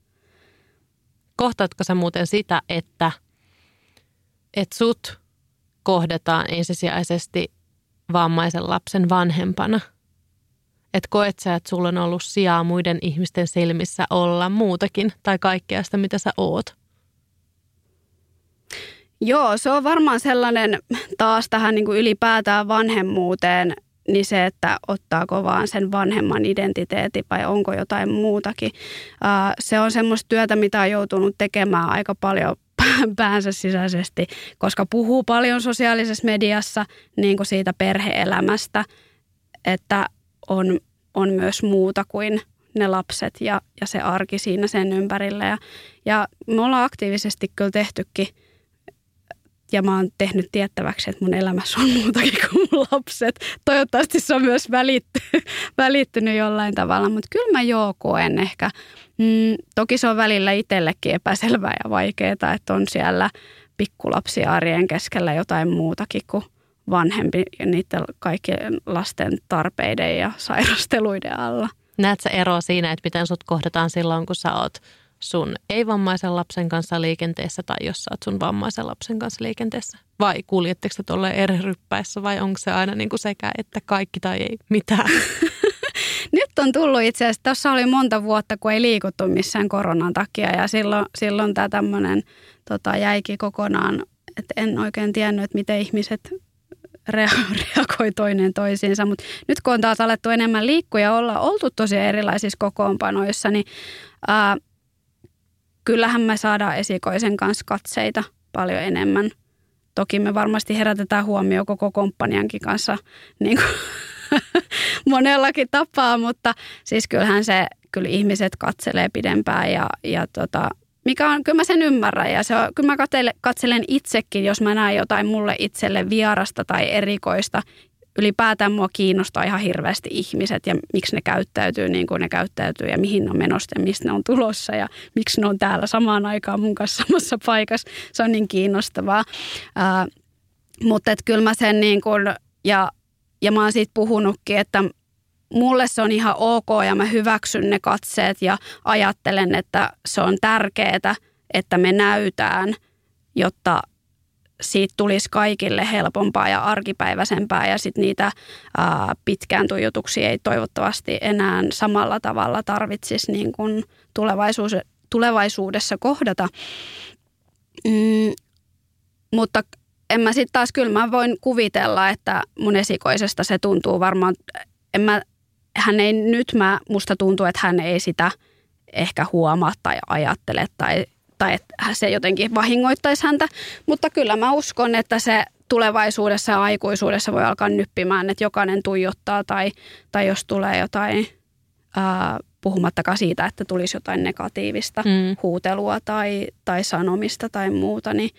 B: Kohtaatko sä muuten sitä, että, että sut kohdataan ensisijaisesti vammaisen lapsen vanhempana? Että koet sä, että sulla on ollut sijaa muiden ihmisten silmissä olla muutakin tai kaikkea sitä, mitä sä oot?
C: Joo, se on varmaan sellainen taas tähän niin kuin ylipäätään vanhemmuuteen, niin se, että ottaako vaan sen vanhemman identiteetti vai onko jotain muutakin. Se on semmoista työtä, mitä on joutunut tekemään aika paljon päänsä sisäisesti, koska puhuu paljon sosiaalisessa mediassa niin kuin siitä perhe-elämästä, että on, on myös muuta kuin ne lapset ja, ja se arki siinä sen ympärillä. Ja, ja me ollaan aktiivisesti kyllä tehtykin, ja mä oon tehnyt tiettäväksi, että mun elämässä on muutakin kuin mun lapset. Toivottavasti se on myös välitty, välittynyt jollain tavalla, mutta kyllä mä joo koen ehkä. Mm, toki se on välillä itsellekin epäselvää ja vaikeaa, että on siellä pikkulapsia arjen keskellä jotain muutakin kuin vanhempi ja niiden kaikkien lasten tarpeiden ja sairasteluiden alla.
B: Näet sä eroa siinä, että miten sut kohdataan silloin, kun sä oot sun ei-vammaisen lapsen kanssa liikenteessä tai jos sä oot sun vammaisen lapsen kanssa liikenteessä? Vai kuljetteko te tolleen eri ryppäissä vai onko se aina niin kuin sekä, että kaikki tai ei mitään?
C: Nyt on tullut itse asiassa, tuossa oli monta vuotta, kun ei liikuttu missään koronan takia ja silloin, silloin tämä tämmöinen tota, jäikin kokonaan, että en oikein tiennyt, että miten ihmiset reagoi toinen toisiinsa. Mutta nyt kun on taas alettu enemmän liikkua ja olla oltu tosi erilaisissa kokoonpanoissa, niin ää, kyllähän me saadaan esikoisen kanssa katseita paljon enemmän. Toki me varmasti herätetään huomioon koko komppaniankin kanssa niin kuin monellakin tapaa, mutta siis kyllähän se, kyllä ihmiset katselee pidempään ja, ja tota, mikä on, kyllä mä sen ymmärrän ja se on, kyllä mä katselen, katselen itsekin, jos mä näen jotain mulle itselle vierasta tai erikoista. Ylipäätään mua kiinnostaa ihan hirveästi ihmiset ja miksi ne käyttäytyy niin kuin ne käyttäytyy ja mihin ne on menossa ja mistä ne on tulossa ja miksi ne on täällä samaan aikaan mun kanssa samassa paikassa. Se on niin kiinnostavaa. Ää, mutta et kyllä mä sen niin kuin, ja, ja mä oon siitä puhunutkin, että mulle se on ihan ok ja mä hyväksyn ne katseet ja ajattelen, että se on tärkeää, että me näytään, jotta siitä tulisi kaikille helpompaa ja arkipäiväisempää ja sitten niitä ää, pitkään tuijotuksia ei toivottavasti enää samalla tavalla tarvitsisi niin kuin tulevaisuus, tulevaisuudessa kohdata. Mm, mutta en mä sitten taas, kyllä mä voin kuvitella, että mun esikoisesta se tuntuu varmaan, en mä, hän ei nyt mä, musta tuntuu, että hän ei sitä ehkä huomaa tai ajattele tai tai että se jotenkin vahingoittaisi häntä, mutta kyllä mä uskon, että se tulevaisuudessa ja aikuisuudessa voi alkaa nyppimään, että jokainen tuijottaa tai, tai jos tulee jotain, ää, puhumattakaan siitä, että tulisi jotain negatiivista mm. huutelua tai, tai sanomista tai muuta, niin,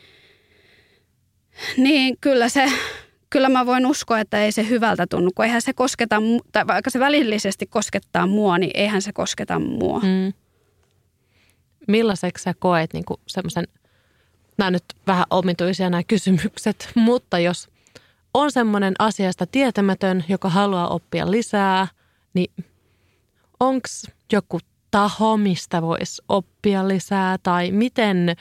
C: niin kyllä se, kyllä mä voin uskoa, että ei se hyvältä tunnu, kun eihän se kosketa, tai vaikka se välillisesti koskettaa mua, niin eihän se kosketa mua.
B: Mm. Millaiseksi sä koet niin kuin semmoisen, nämä nyt vähän omituisia nämä kysymykset, mutta jos on semmoinen asiasta tietämätön, joka haluaa oppia lisää, niin onko joku taho, mistä voisi oppia lisää tai miten,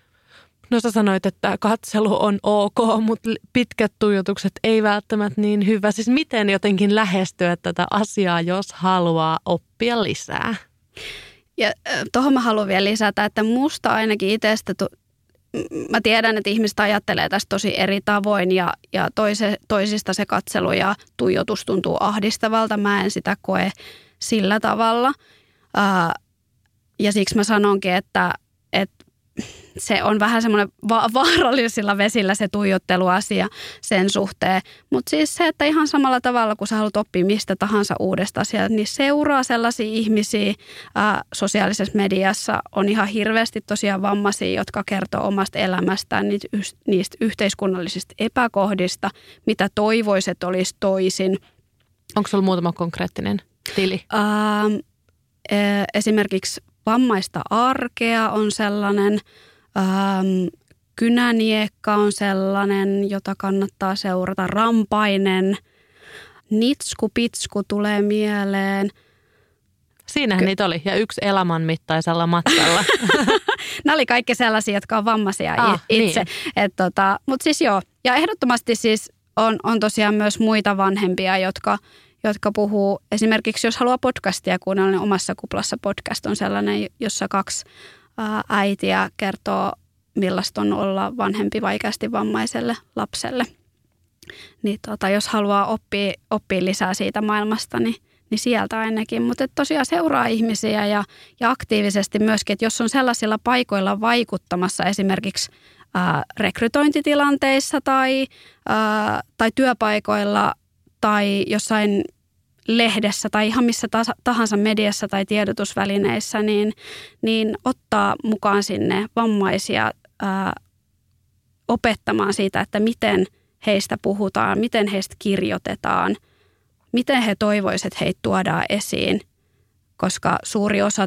B: no sä sanoit, että katselu on ok, mutta pitkät tuijotukset ei välttämättä niin hyvä. Siis miten jotenkin lähestyä tätä asiaa, jos haluaa oppia lisää?
C: Ja tuohon mä haluan vielä lisätä, että musta ainakin itsestä, mä tiedän, että ihmiset ajattelee tästä tosi eri tavoin ja, ja toise, toisista se katselu ja tuijotus tuntuu ahdistavalta. Mä en sitä koe sillä tavalla. Ää, ja siksi mä sanonkin, että, että se on vähän semmoinen va- vaarallisilla vesillä se tuijotteluasia sen suhteen. Mutta siis se, että ihan samalla tavalla, kun sä haluat oppia mistä tahansa uudesta asiasta, niin seuraa sellaisia ihmisiä ää, sosiaalisessa mediassa. On ihan hirveästi tosiaan vammaisia, jotka kertoo omasta elämästään, niitä, niistä yhteiskunnallisista epäkohdista, mitä toivoiset olisi toisin.
B: Onko sulla muutama konkreettinen tili?
C: Ää, esimerkiksi vammaista arkea on sellainen. Ähm, Kynäniekka on sellainen, jota kannattaa seurata. Rampainen, Nitsku Pitsku tulee mieleen.
B: Siinähän Ky- niitä oli ja yksi elämän mittaisella matkalla.
C: Nämä oli kaikki sellaisia, jotka on vammaisia ah, itse. Niin. Tota, mutta siis joo, ja ehdottomasti siis on, on tosiaan myös muita vanhempia, jotka, jotka puhuu. Esimerkiksi jos haluaa podcastia kuunnella, niin Omassa kuplassa podcast on sellainen, jossa kaksi äitiä kertoo, millaista on olla vanhempi vaikeasti vammaiselle lapselle. Niin tota, jos haluaa oppia, oppia lisää siitä maailmasta, niin, niin sieltä ainakin. Mutta tosiaan seuraa ihmisiä ja, ja aktiivisesti myöskin, että jos on sellaisilla paikoilla vaikuttamassa esimerkiksi ää, rekrytointitilanteissa tai, ää, tai työpaikoilla tai jossain lehdessä tai ihan missä tahansa mediassa tai tiedotusvälineissä, niin, niin ottaa mukaan sinne vammaisia ää, opettamaan siitä, että miten heistä puhutaan, miten heistä kirjoitetaan, miten he toivoisivat, että heitä tuodaan esiin, koska suuri osa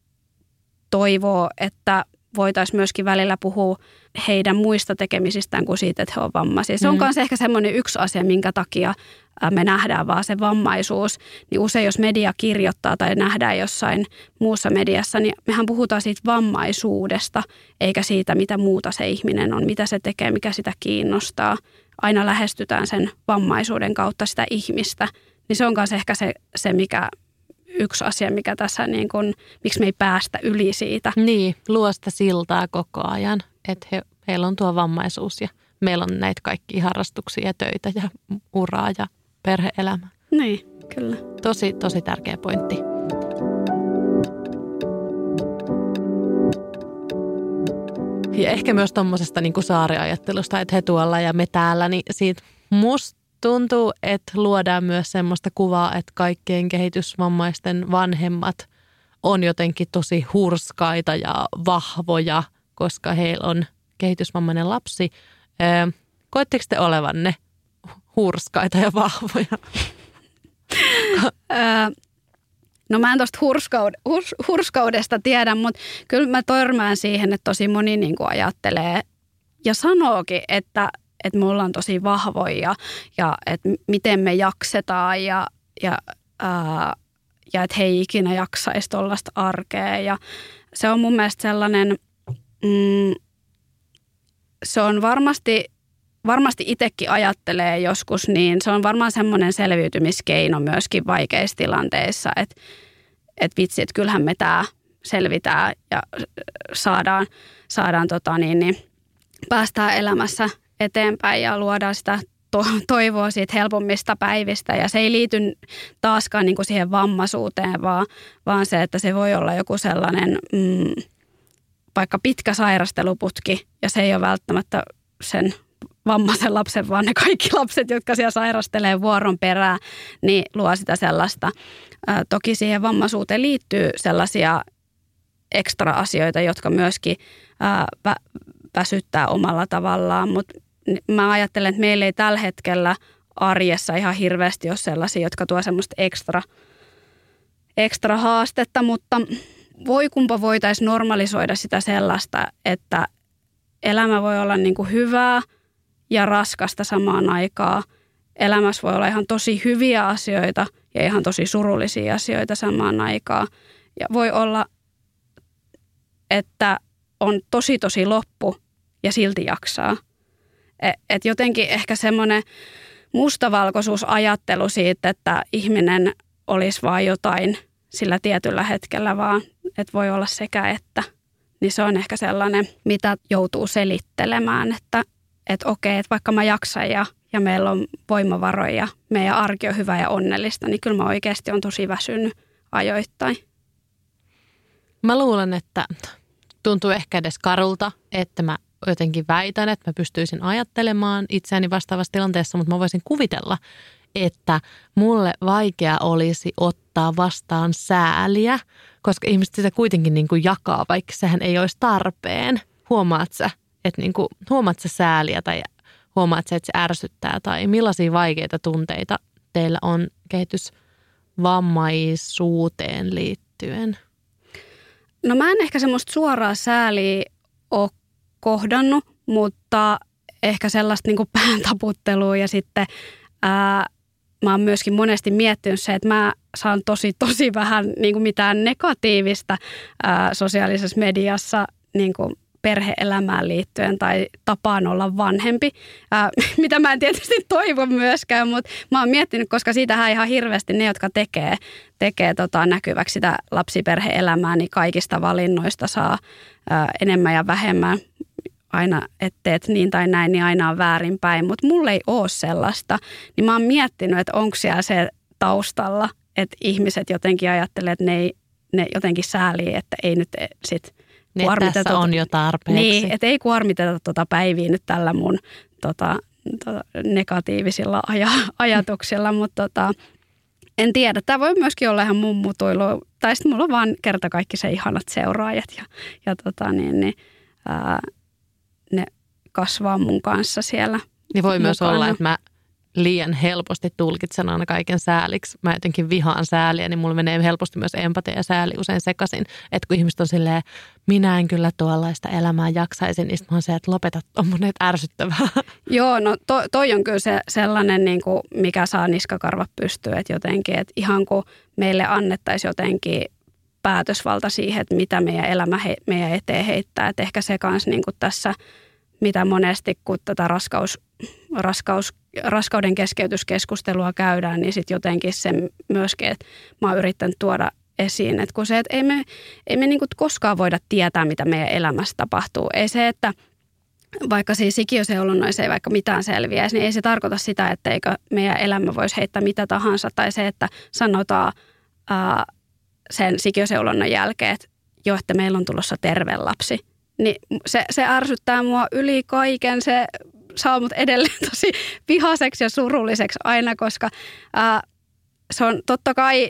C: toivoo, että voitaisiin myöskin välillä puhua heidän muista tekemisistään kuin siitä, että he ovat vammaisia. Se on myös mm. ehkä semmoinen yksi asia, minkä takia me nähdään vaan se vammaisuus. Niin usein jos media kirjoittaa tai nähdään jossain muussa mediassa, niin mehän puhutaan siitä vammaisuudesta, eikä siitä, mitä muuta se ihminen on, mitä se tekee, mikä sitä kiinnostaa. Aina lähestytään sen vammaisuuden kautta sitä ihmistä. Niin se on myös ehkä se, se mikä... yksi asia, mikä tässä niin kuin, miksi me ei päästä yli siitä.
B: Niin, luo sitä siltaa koko ajan, että he, heillä on tuo vammaisuus ja meillä on näitä kaikkia harrastuksia ja töitä ja uraa ja perhe-elämää.
C: Niin, kyllä.
B: Tosi, tosi tärkeä pointti. Ja ehkä myös tuommoisesta niin kuin saariajattelusta, että he tuolla ja me täällä, niin siitä musta tuntuu, että luodaan myös semmoista kuvaa, että kaikkien kehitysvammaisten vanhemmat on jotenkin tosi hurskaita ja vahvoja, koska heillä on kehitysvammainen lapsi. Koetteko te olevanne hurskaita ja vahvoja?
C: No mä en tuosta hurskaud- hurs- hurskaudesta tiedä, mutta kyllä mä törmään siihen, että tosi moni niin kuin ajattelee ja sanookin, että, että me ollaan tosi vahvoja ja että miten me jaksetaan ja, ja, ää, ja että he ei ikinä jaksaisi tuollaista arkea. Ja se on mun mielestä sellainen, mm, se on varmasti, varmasti itsekin ajattelee joskus, niin se on varmaan semmoinen selviytymiskeino myöskin vaikeissa tilanteissa, että että vitsi, että kyllähän me tää selvitään ja saadaan, saadaan tota niin, niin, päästään elämässä eteenpäin ja luodaan sitä to- toivoa siitä helpommista päivistä. Ja se ei liity taaskaan niin kuin siihen vammaisuuteen, vaan, vaan se, että se voi olla joku sellainen mm, vaikka pitkä sairasteluputki ja se ei ole välttämättä sen vammaisen lapsen, vaan ne kaikki lapset, jotka siellä sairastelee vuoron perään, niin luo sitä sellaista. Ää, toki siihen vammaisuuteen liittyy sellaisia ekstra-asioita, jotka myöskin ää, vä- väsyttää omalla tavallaan, mutta mä ajattelen, että meillä ei tällä hetkellä arjessa ihan hirveästi ole sellaisia, jotka tuo semmoista ekstra, ekstra haastetta, mutta voi kumpa voitaisiin normalisoida sitä sellaista, että elämä voi olla niin kuin hyvää ja raskasta samaan aikaan. Elämässä voi olla ihan tosi hyviä asioita ja ihan tosi surullisia asioita samaan aikaan. Ja voi olla, että on tosi tosi loppu ja silti jaksaa. Et jotenkin ehkä semmoinen mustavalkoisuusajattelu siitä, että ihminen olisi vaan jotain sillä tietyllä hetkellä vaan, että voi olla sekä että. Niin se on ehkä sellainen, mitä joutuu selittelemään, että että okei, että vaikka mä jaksan ja, ja meillä on voimavaroja ja meidän arki on hyvä ja onnellista, niin kyllä mä oikeasti on tosi väsynyt ajoittain.
B: Mä luulen, että tuntuu ehkä edes karulta, että mä jotenkin väitän, että mä pystyisin ajattelemaan itseäni vastaavassa tilanteessa, mutta mä voisin kuvitella, että mulle vaikea olisi ottaa vastaan sääliä, koska ihmiset sitä kuitenkin niin kuin jakaa, vaikka sehän ei olisi tarpeen. Huomaat sä, että niin kuin, huomaat sä sääliä tai huomaat sä, että se ärsyttää tai millaisia vaikeita tunteita teillä on kehitysvammaisuuteen liittyen?
C: No mä en ehkä semmoista suoraa sääliä ole kohdannut, mutta ehkä sellaista niin kuin pään taputtelua ja sitten ää, mä oon myöskin monesti miettinyt se, että mä saan tosi tosi vähän niin kuin mitään negatiivista ää, sosiaalisessa mediassa niin kuin perhe-elämään liittyen tai tapaan olla vanhempi, ää, mitä mä en tietysti toivo myöskään, mutta mä oon miettinyt, koska siitähän ihan hirveästi ne, jotka tekee, tekee tota, näkyväksi sitä lapsiperhe-elämää, niin kaikista valinnoista saa ää, enemmän ja vähemmän. Aina, että teet niin tai näin, niin aina on väärinpäin, mutta mulla ei ole sellaista. Niin mä oon miettinyt, että onko siellä se taustalla, että ihmiset jotenkin ajattelee, että ne, ei, ne jotenkin säälii, että ei nyt sit
B: niin, kuormiteta. Tässä on jo tarpeeksi.
C: Niin, että ei kuormiteta tuota päiviä nyt tällä mun tota, tota, negatiivisilla aja- ajatuksilla, mutta tota, en tiedä. Tämä voi myöskin olla ihan mun mutuilu. Tai sitten mulla on vaan kerta kaikki se ihanat seuraajat ja, ja tota niin, niin ää, ne kasvaa mun kanssa siellä.
B: Niin voi
C: mukana.
B: Myös olla, että mä liian helposti tulkitsen aina kaiken sääliksi. Mä jotenkin vihaan sääliä, niin mulla menee helposti myös empatia ja sääli usein sekaisin. Että kun ihmiset on silleen, minä en kyllä tuollaista elämää jaksaisin, niin sitten mä oon se, että lopeta tommonen, että ärsyttävää.
C: Joo, no to, toi on kyllä se sellainen, niin kuin, mikä saa niskakarvat pystyä, että jotenkin, että ihan kun meille annettaisiin jotenkin päätösvalta siihen, että mitä meidän elämä he, meidän eteen heittää. Että ehkä se kanssa niin kuin tässä, mitä monesti kun tätä raskaus, raskaus, raskauden keskeytyskeskustelua käydään, niin sitten jotenkin se myöskin, että mä oon yrittänyt tuoda esiin. Että kun se, että ei me, ei me niin kuin koskaan voida tietää, mitä meidän elämässä tapahtuu. Ei se, että vaikka siis sikiöseulonnoissa ei vaikka mitään selviäisi, niin ei se tarkoita sitä, etteikö meidän elämä voisi heittää mitä tahansa. Tai se, että sanotaan ää, sen sikiöseulonnan jälkeen, että jo, että meillä on tulossa terve lapsi. Niin se, se ärsyttää mua yli kaiken. Se saa mut edelleen tosi vihaseksi ja surulliseksi aina, koska ää, se on totta kai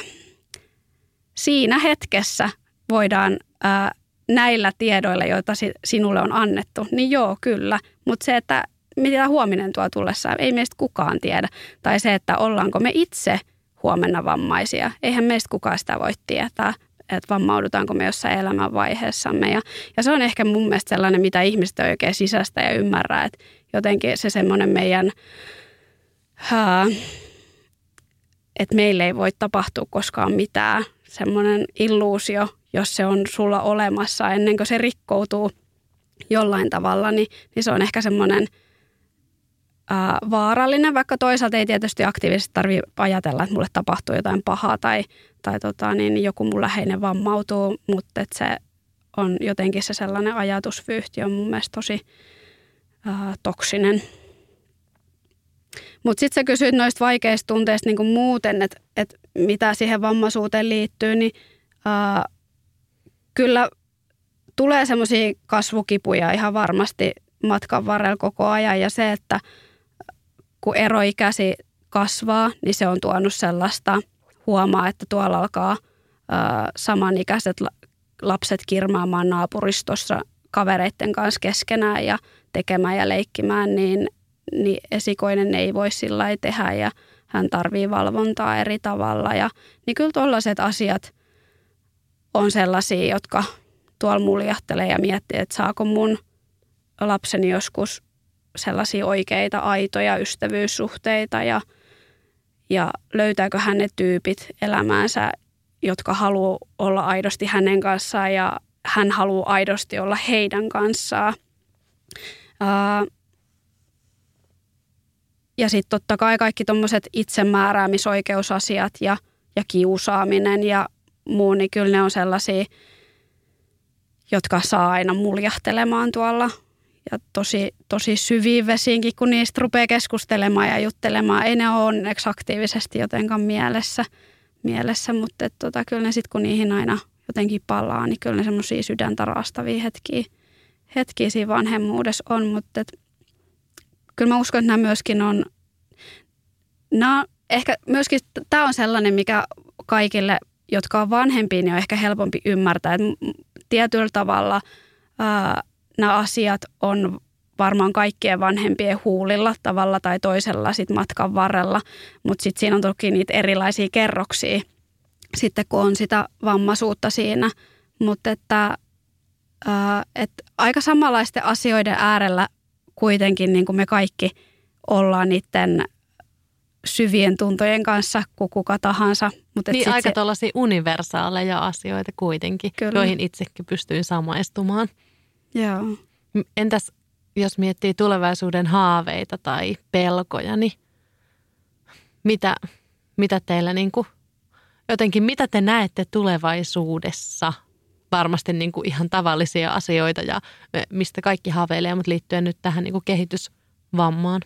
C: siinä hetkessä voidaan ää, näillä tiedoilla, joita sinulle on annettu, niin joo, kyllä. Mutta se, että mitä huominen tuo tullessaan, ei meistä kukaan tiedä. Tai se, että ollaanko me itse huomenna vammaisia. Eihän meistä kukaan sitä voi tietää, että vammaudutaanko me jossain elämänvaiheessamme. Ja, ja se on ehkä mun mielestä sellainen, mitä ihmiset oikein sisäistä ja ymmärrää, että jotenkin se semmoinen meidän, haa, että meille ei voi tapahtua koskaan mitään, semmoinen illuusio, jos se on sulla olemassa ennen kuin se rikkoutuu jollain tavalla, niin, niin se on ehkä semmoinen ää, vaarallinen, vaikka toisaalta ei tietysti aktiivisesti tarvitse ajatella, että mulle tapahtuu jotain pahaa tai, tai tota, niin joku mun läheinen vammautuu, mutta että se on jotenkin se sellainen ajatusvyyhti on mun mielestä tosi ää, toksinen. Mutta sitten sä kysyit noista vaikeista tunteista niin kuin muuten, että et mitä siihen vammaisuuteen liittyy, niin ää, kyllä tulee semmoisia kasvukipuja ihan varmasti matkan varrella koko ajan. Ja se, että kun eroikäsi kasvaa, niin se on tuonut sellaista, huomaa, että tuolla alkaa ää, samanikäiset lapset kirmaamaan naapuristossa kavereiden kanssa keskenään ja tekemään ja leikkimään, niin niin esikoinen ei voi sillä lailla tehdä ja hän tarvii valvontaa eri tavalla. Ja, niin kyllä tuollaiset asiat on sellaisia, jotka tuolla muljahtelee ja miettii, että saako mun lapseni joskus sellaisia oikeita, aitoja ystävyyssuhteita ja, ja löytääkö hän ne tyypit elämäänsä, jotka haluaa olla aidosti hänen kanssaan ja hän haluaa aidosti olla heidän kanssaan. Uh, Ja sitten totta kai kaikki tuommoiset itsemääräämisoikeusasiat ja, ja kiusaaminen ja muu, niin kyllä ne on sellaisia, jotka saa aina muljahtelemaan tuolla. Ja tosi, tosi syviin vesiinkin, kun niistä rupeaa keskustelemaan ja juttelemaan. Ei ne ole onneksi aktiivisesti jotenkaan mielessä, mielessä mutta et tota, kyllä ne sitten kun niihin aina jotenkin palaa, niin kyllä ne semmoisia sydäntä raastavia hetkiä, hetkiä siinä vanhemmuudessa on, mutta et kyllä mä uskon, että nämä myöskin on, nämä ehkä myöskin tämä on sellainen, mikä kaikille, jotka on vanhempia, niin on ehkä helpompi ymmärtää, että tietyllä tavalla ää, nämä asiat on varmaan kaikkien vanhempien huulilla tavalla tai toisella sit matkan varrella, mutta sitten siinä on toki niitä erilaisia kerroksia sitten, kun on sitä vammaisuutta siinä, mutta että, ää, että aika samanlaisten asioiden äärellä kuitenkin niin kuin me kaikki ollaan niiden syvien tuntojen kanssa kuin kuka tahansa. Mutta
B: niin aika se tuollaisia universaaleja asioita kuitenkin, kyllä, joihin itsekin pystyin samaistumaan.
C: Joo.
B: Entäs jos miettii tulevaisuuden haaveita tai pelkoja, niin mitä, mitä teillä niin kuin, jotenkin mitä te näette tulevaisuudessa? Varmasti niin kuin ihan tavallisia asioita ja mistä kaikki haaveilee, mutta liittyen nyt tähän niin kuin kehitysvammaan.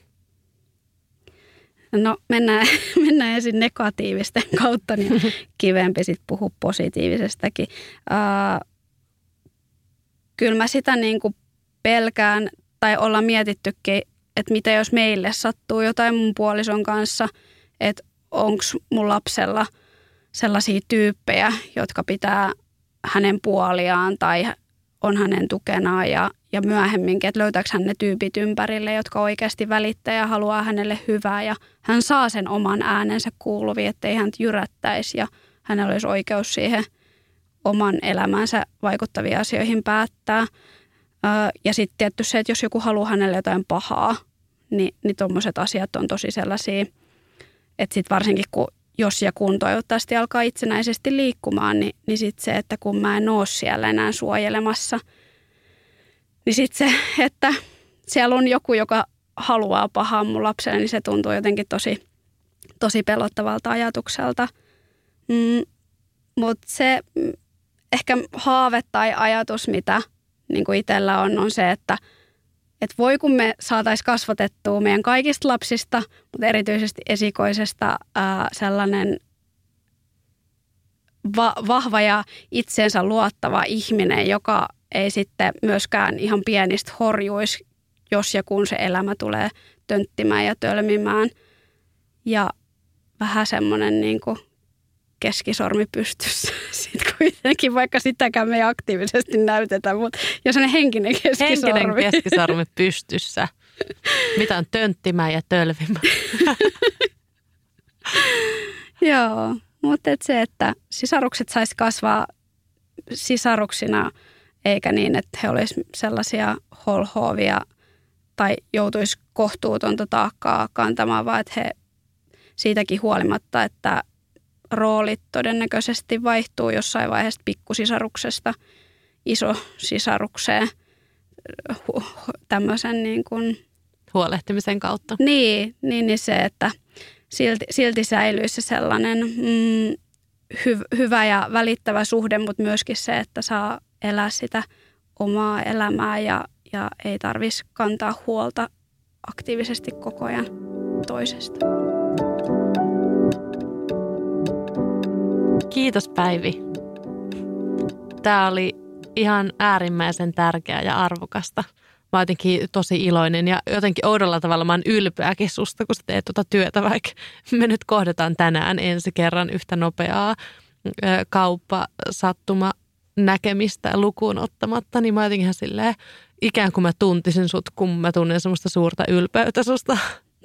C: No mennään, mennään ensin negatiivisten kautta, niin kivempi sitten puhua positiivisestakin. Uh, kyllä mä sitä niin kuin pelkään tai ollaan mietittykin, että mitä jos meille sattuu jotain mun puolison kanssa, että onko mun lapsella sellaisia tyyppejä, jotka pitää hänen puoliaan tai on hänen tukenaan ja, ja myöhemminkin, että löytääkö hän ne tyypit ympärille, jotka oikeasti välittää ja haluaa hänelle hyvää ja hän saa sen oman äänensä kuuluviin, ettei hän jyrättäisi ja hänellä olisi oikeus siihen oman elämänsä vaikuttaviin asioihin päättää. Ja sitten tietty se, että jos joku haluaa hänelle jotain pahaa, niin, niin tuommoiset asiat on tosi sellaisia, että sitten varsinkin kun jos ja kun toivottavasti alkaa itsenäisesti liikkumaan, niin, niin sitten se, että kun mä en ole siellä enää suojelemassa, niin sitten se, että siellä on joku, joka haluaa pahaa mun lapselle, niin se tuntuu jotenkin tosi, tosi pelottavalta ajatukselta. Mm, mutta se ehkä haave tai ajatus, mitä niin kuin itsellä on, on se, että että voi kun me saataisiin kasvatettua meidän kaikista lapsista, mutta erityisesti esikoisesta ää, sellainen va- vahva ja itseensä luottava ihminen, joka ei sitten myöskään ihan pienistä horjuisi, jos ja kun se elämä tulee tönttimään ja tölmimään. Ja vähän semmoinen niin kuin keskisormi pystyssä sitten kuitenkin, vaikka sitäkään me ei aktiivisesti näytetä, mutta jos on henkinen keskisormi.
B: Henkinen keskisormi pystyssä. Mitä on tönttimää ja tölvimää?
C: Joo, mutta et se, että sisarukset saisi kasvaa sisaruksina, eikä niin, että he olisivat sellaisia holhoavia tai joutuisi kohtuutonta taakkaa kantamaan, vaan että he siitäkin huolimatta, että roolit todennäköisesti vaihtuu jossain vaiheessa pikkusisaruksesta isosisarukseen tämmöisen niin kuin
B: huolehtimisen kautta.
C: Niin, niin, niin se, että silti, silti säilyisi se sellainen mm, hy, hyvä ja välittävä suhde, mutta myöskin se, että saa elää sitä omaa elämää ja, ja ei tarvitsisi kantaa huolta aktiivisesti koko ajan toisesta.
B: Kiitos Päivi. Tämä oli ihan äärimmäisen tärkeää ja arvokasta. Mä oon jotenkin tosi iloinen ja jotenkin oudolla tavalla mä oon ylpeäkin susta, kun sä teet tuota työtä, vaikka me nyt kohdataan tänään ensi kerran yhtä nopeaa kauppa, sattuma, näkemistä ja lukuun ottamatta, niin mä oon jotenkin ihan silleen, ikään kuin mä tuntisin sut, kun mä tunnen semmoista suurta ylpeyttä susta.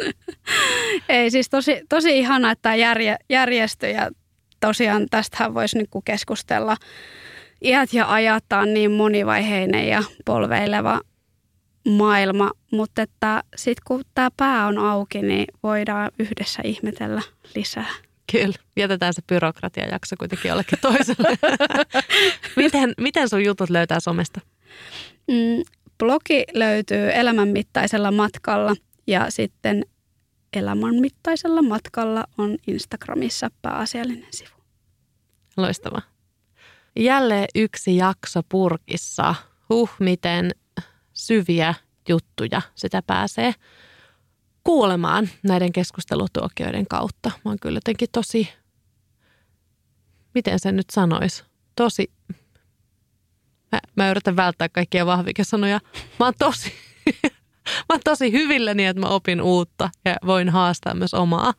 C: Ei siis tosi, tosi ihana, että tämä järje, järjestö ja tosiaan tästähän voisi nyt keskustella. Iät ja ajat on niin monivaiheinen ja polveileva maailma, mutta että sitten kun tämä pää on auki, niin voidaan yhdessä ihmetellä lisää.
B: Kyllä, jätetään se byrokratiajakso kuitenkin jollekin toiselle. miten, miten sun jutut löytää somesta?
C: Mm, blogi löytyy elämänmittaisella matkalla ja sitten elämänmittaisella matkalla on Instagramissa pääasiallinen sivu.
B: Loistavaa. Jälleen yksi jakso purkissa. Huh, miten syviä juttuja sitä pääsee kuulemaan näiden keskustelutuokioiden kautta. Mä oon kyllä jotenkin tosi, miten sen nyt sanoisi, tosi, mä, mä yritän välttää kaikkia vahvikesanoja. Mä oon tosi, mä oon tosi hyvilläni, että mä opin uutta ja voin haastaa myös omaa,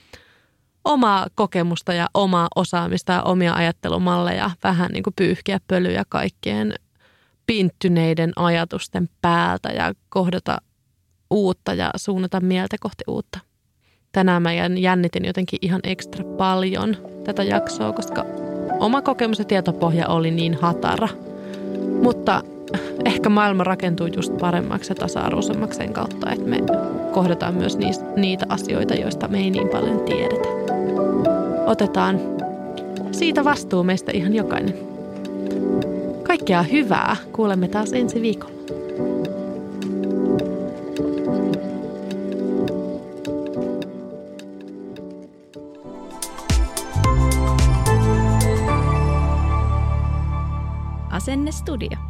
B: omaa kokemusta ja omaa osaamista ja omia ajattelumalleja, vähän niin kuin pyyhkiä pölyjä kaikkien pinttyneiden ajatusten päältä ja kohdata uutta ja suunnata mieltä kohti uutta. Tänään mä jännitin jotenkin ihan ekstra paljon tätä jaksoa, koska oma kokemus ja tietopohja oli niin hatara. Mutta ehkä maailma rakentuu just paremmaksi ja tasa-arvoisemmaksi sen kautta, että me kohdataan myös niitä asioita, joista me ei niin paljon tiedetä. Otetaan siitä vastuu meistä ihan jokainen. Kaikkea hyvää. Kuulemme taas ensi viikolla.
A: Asenne Studio.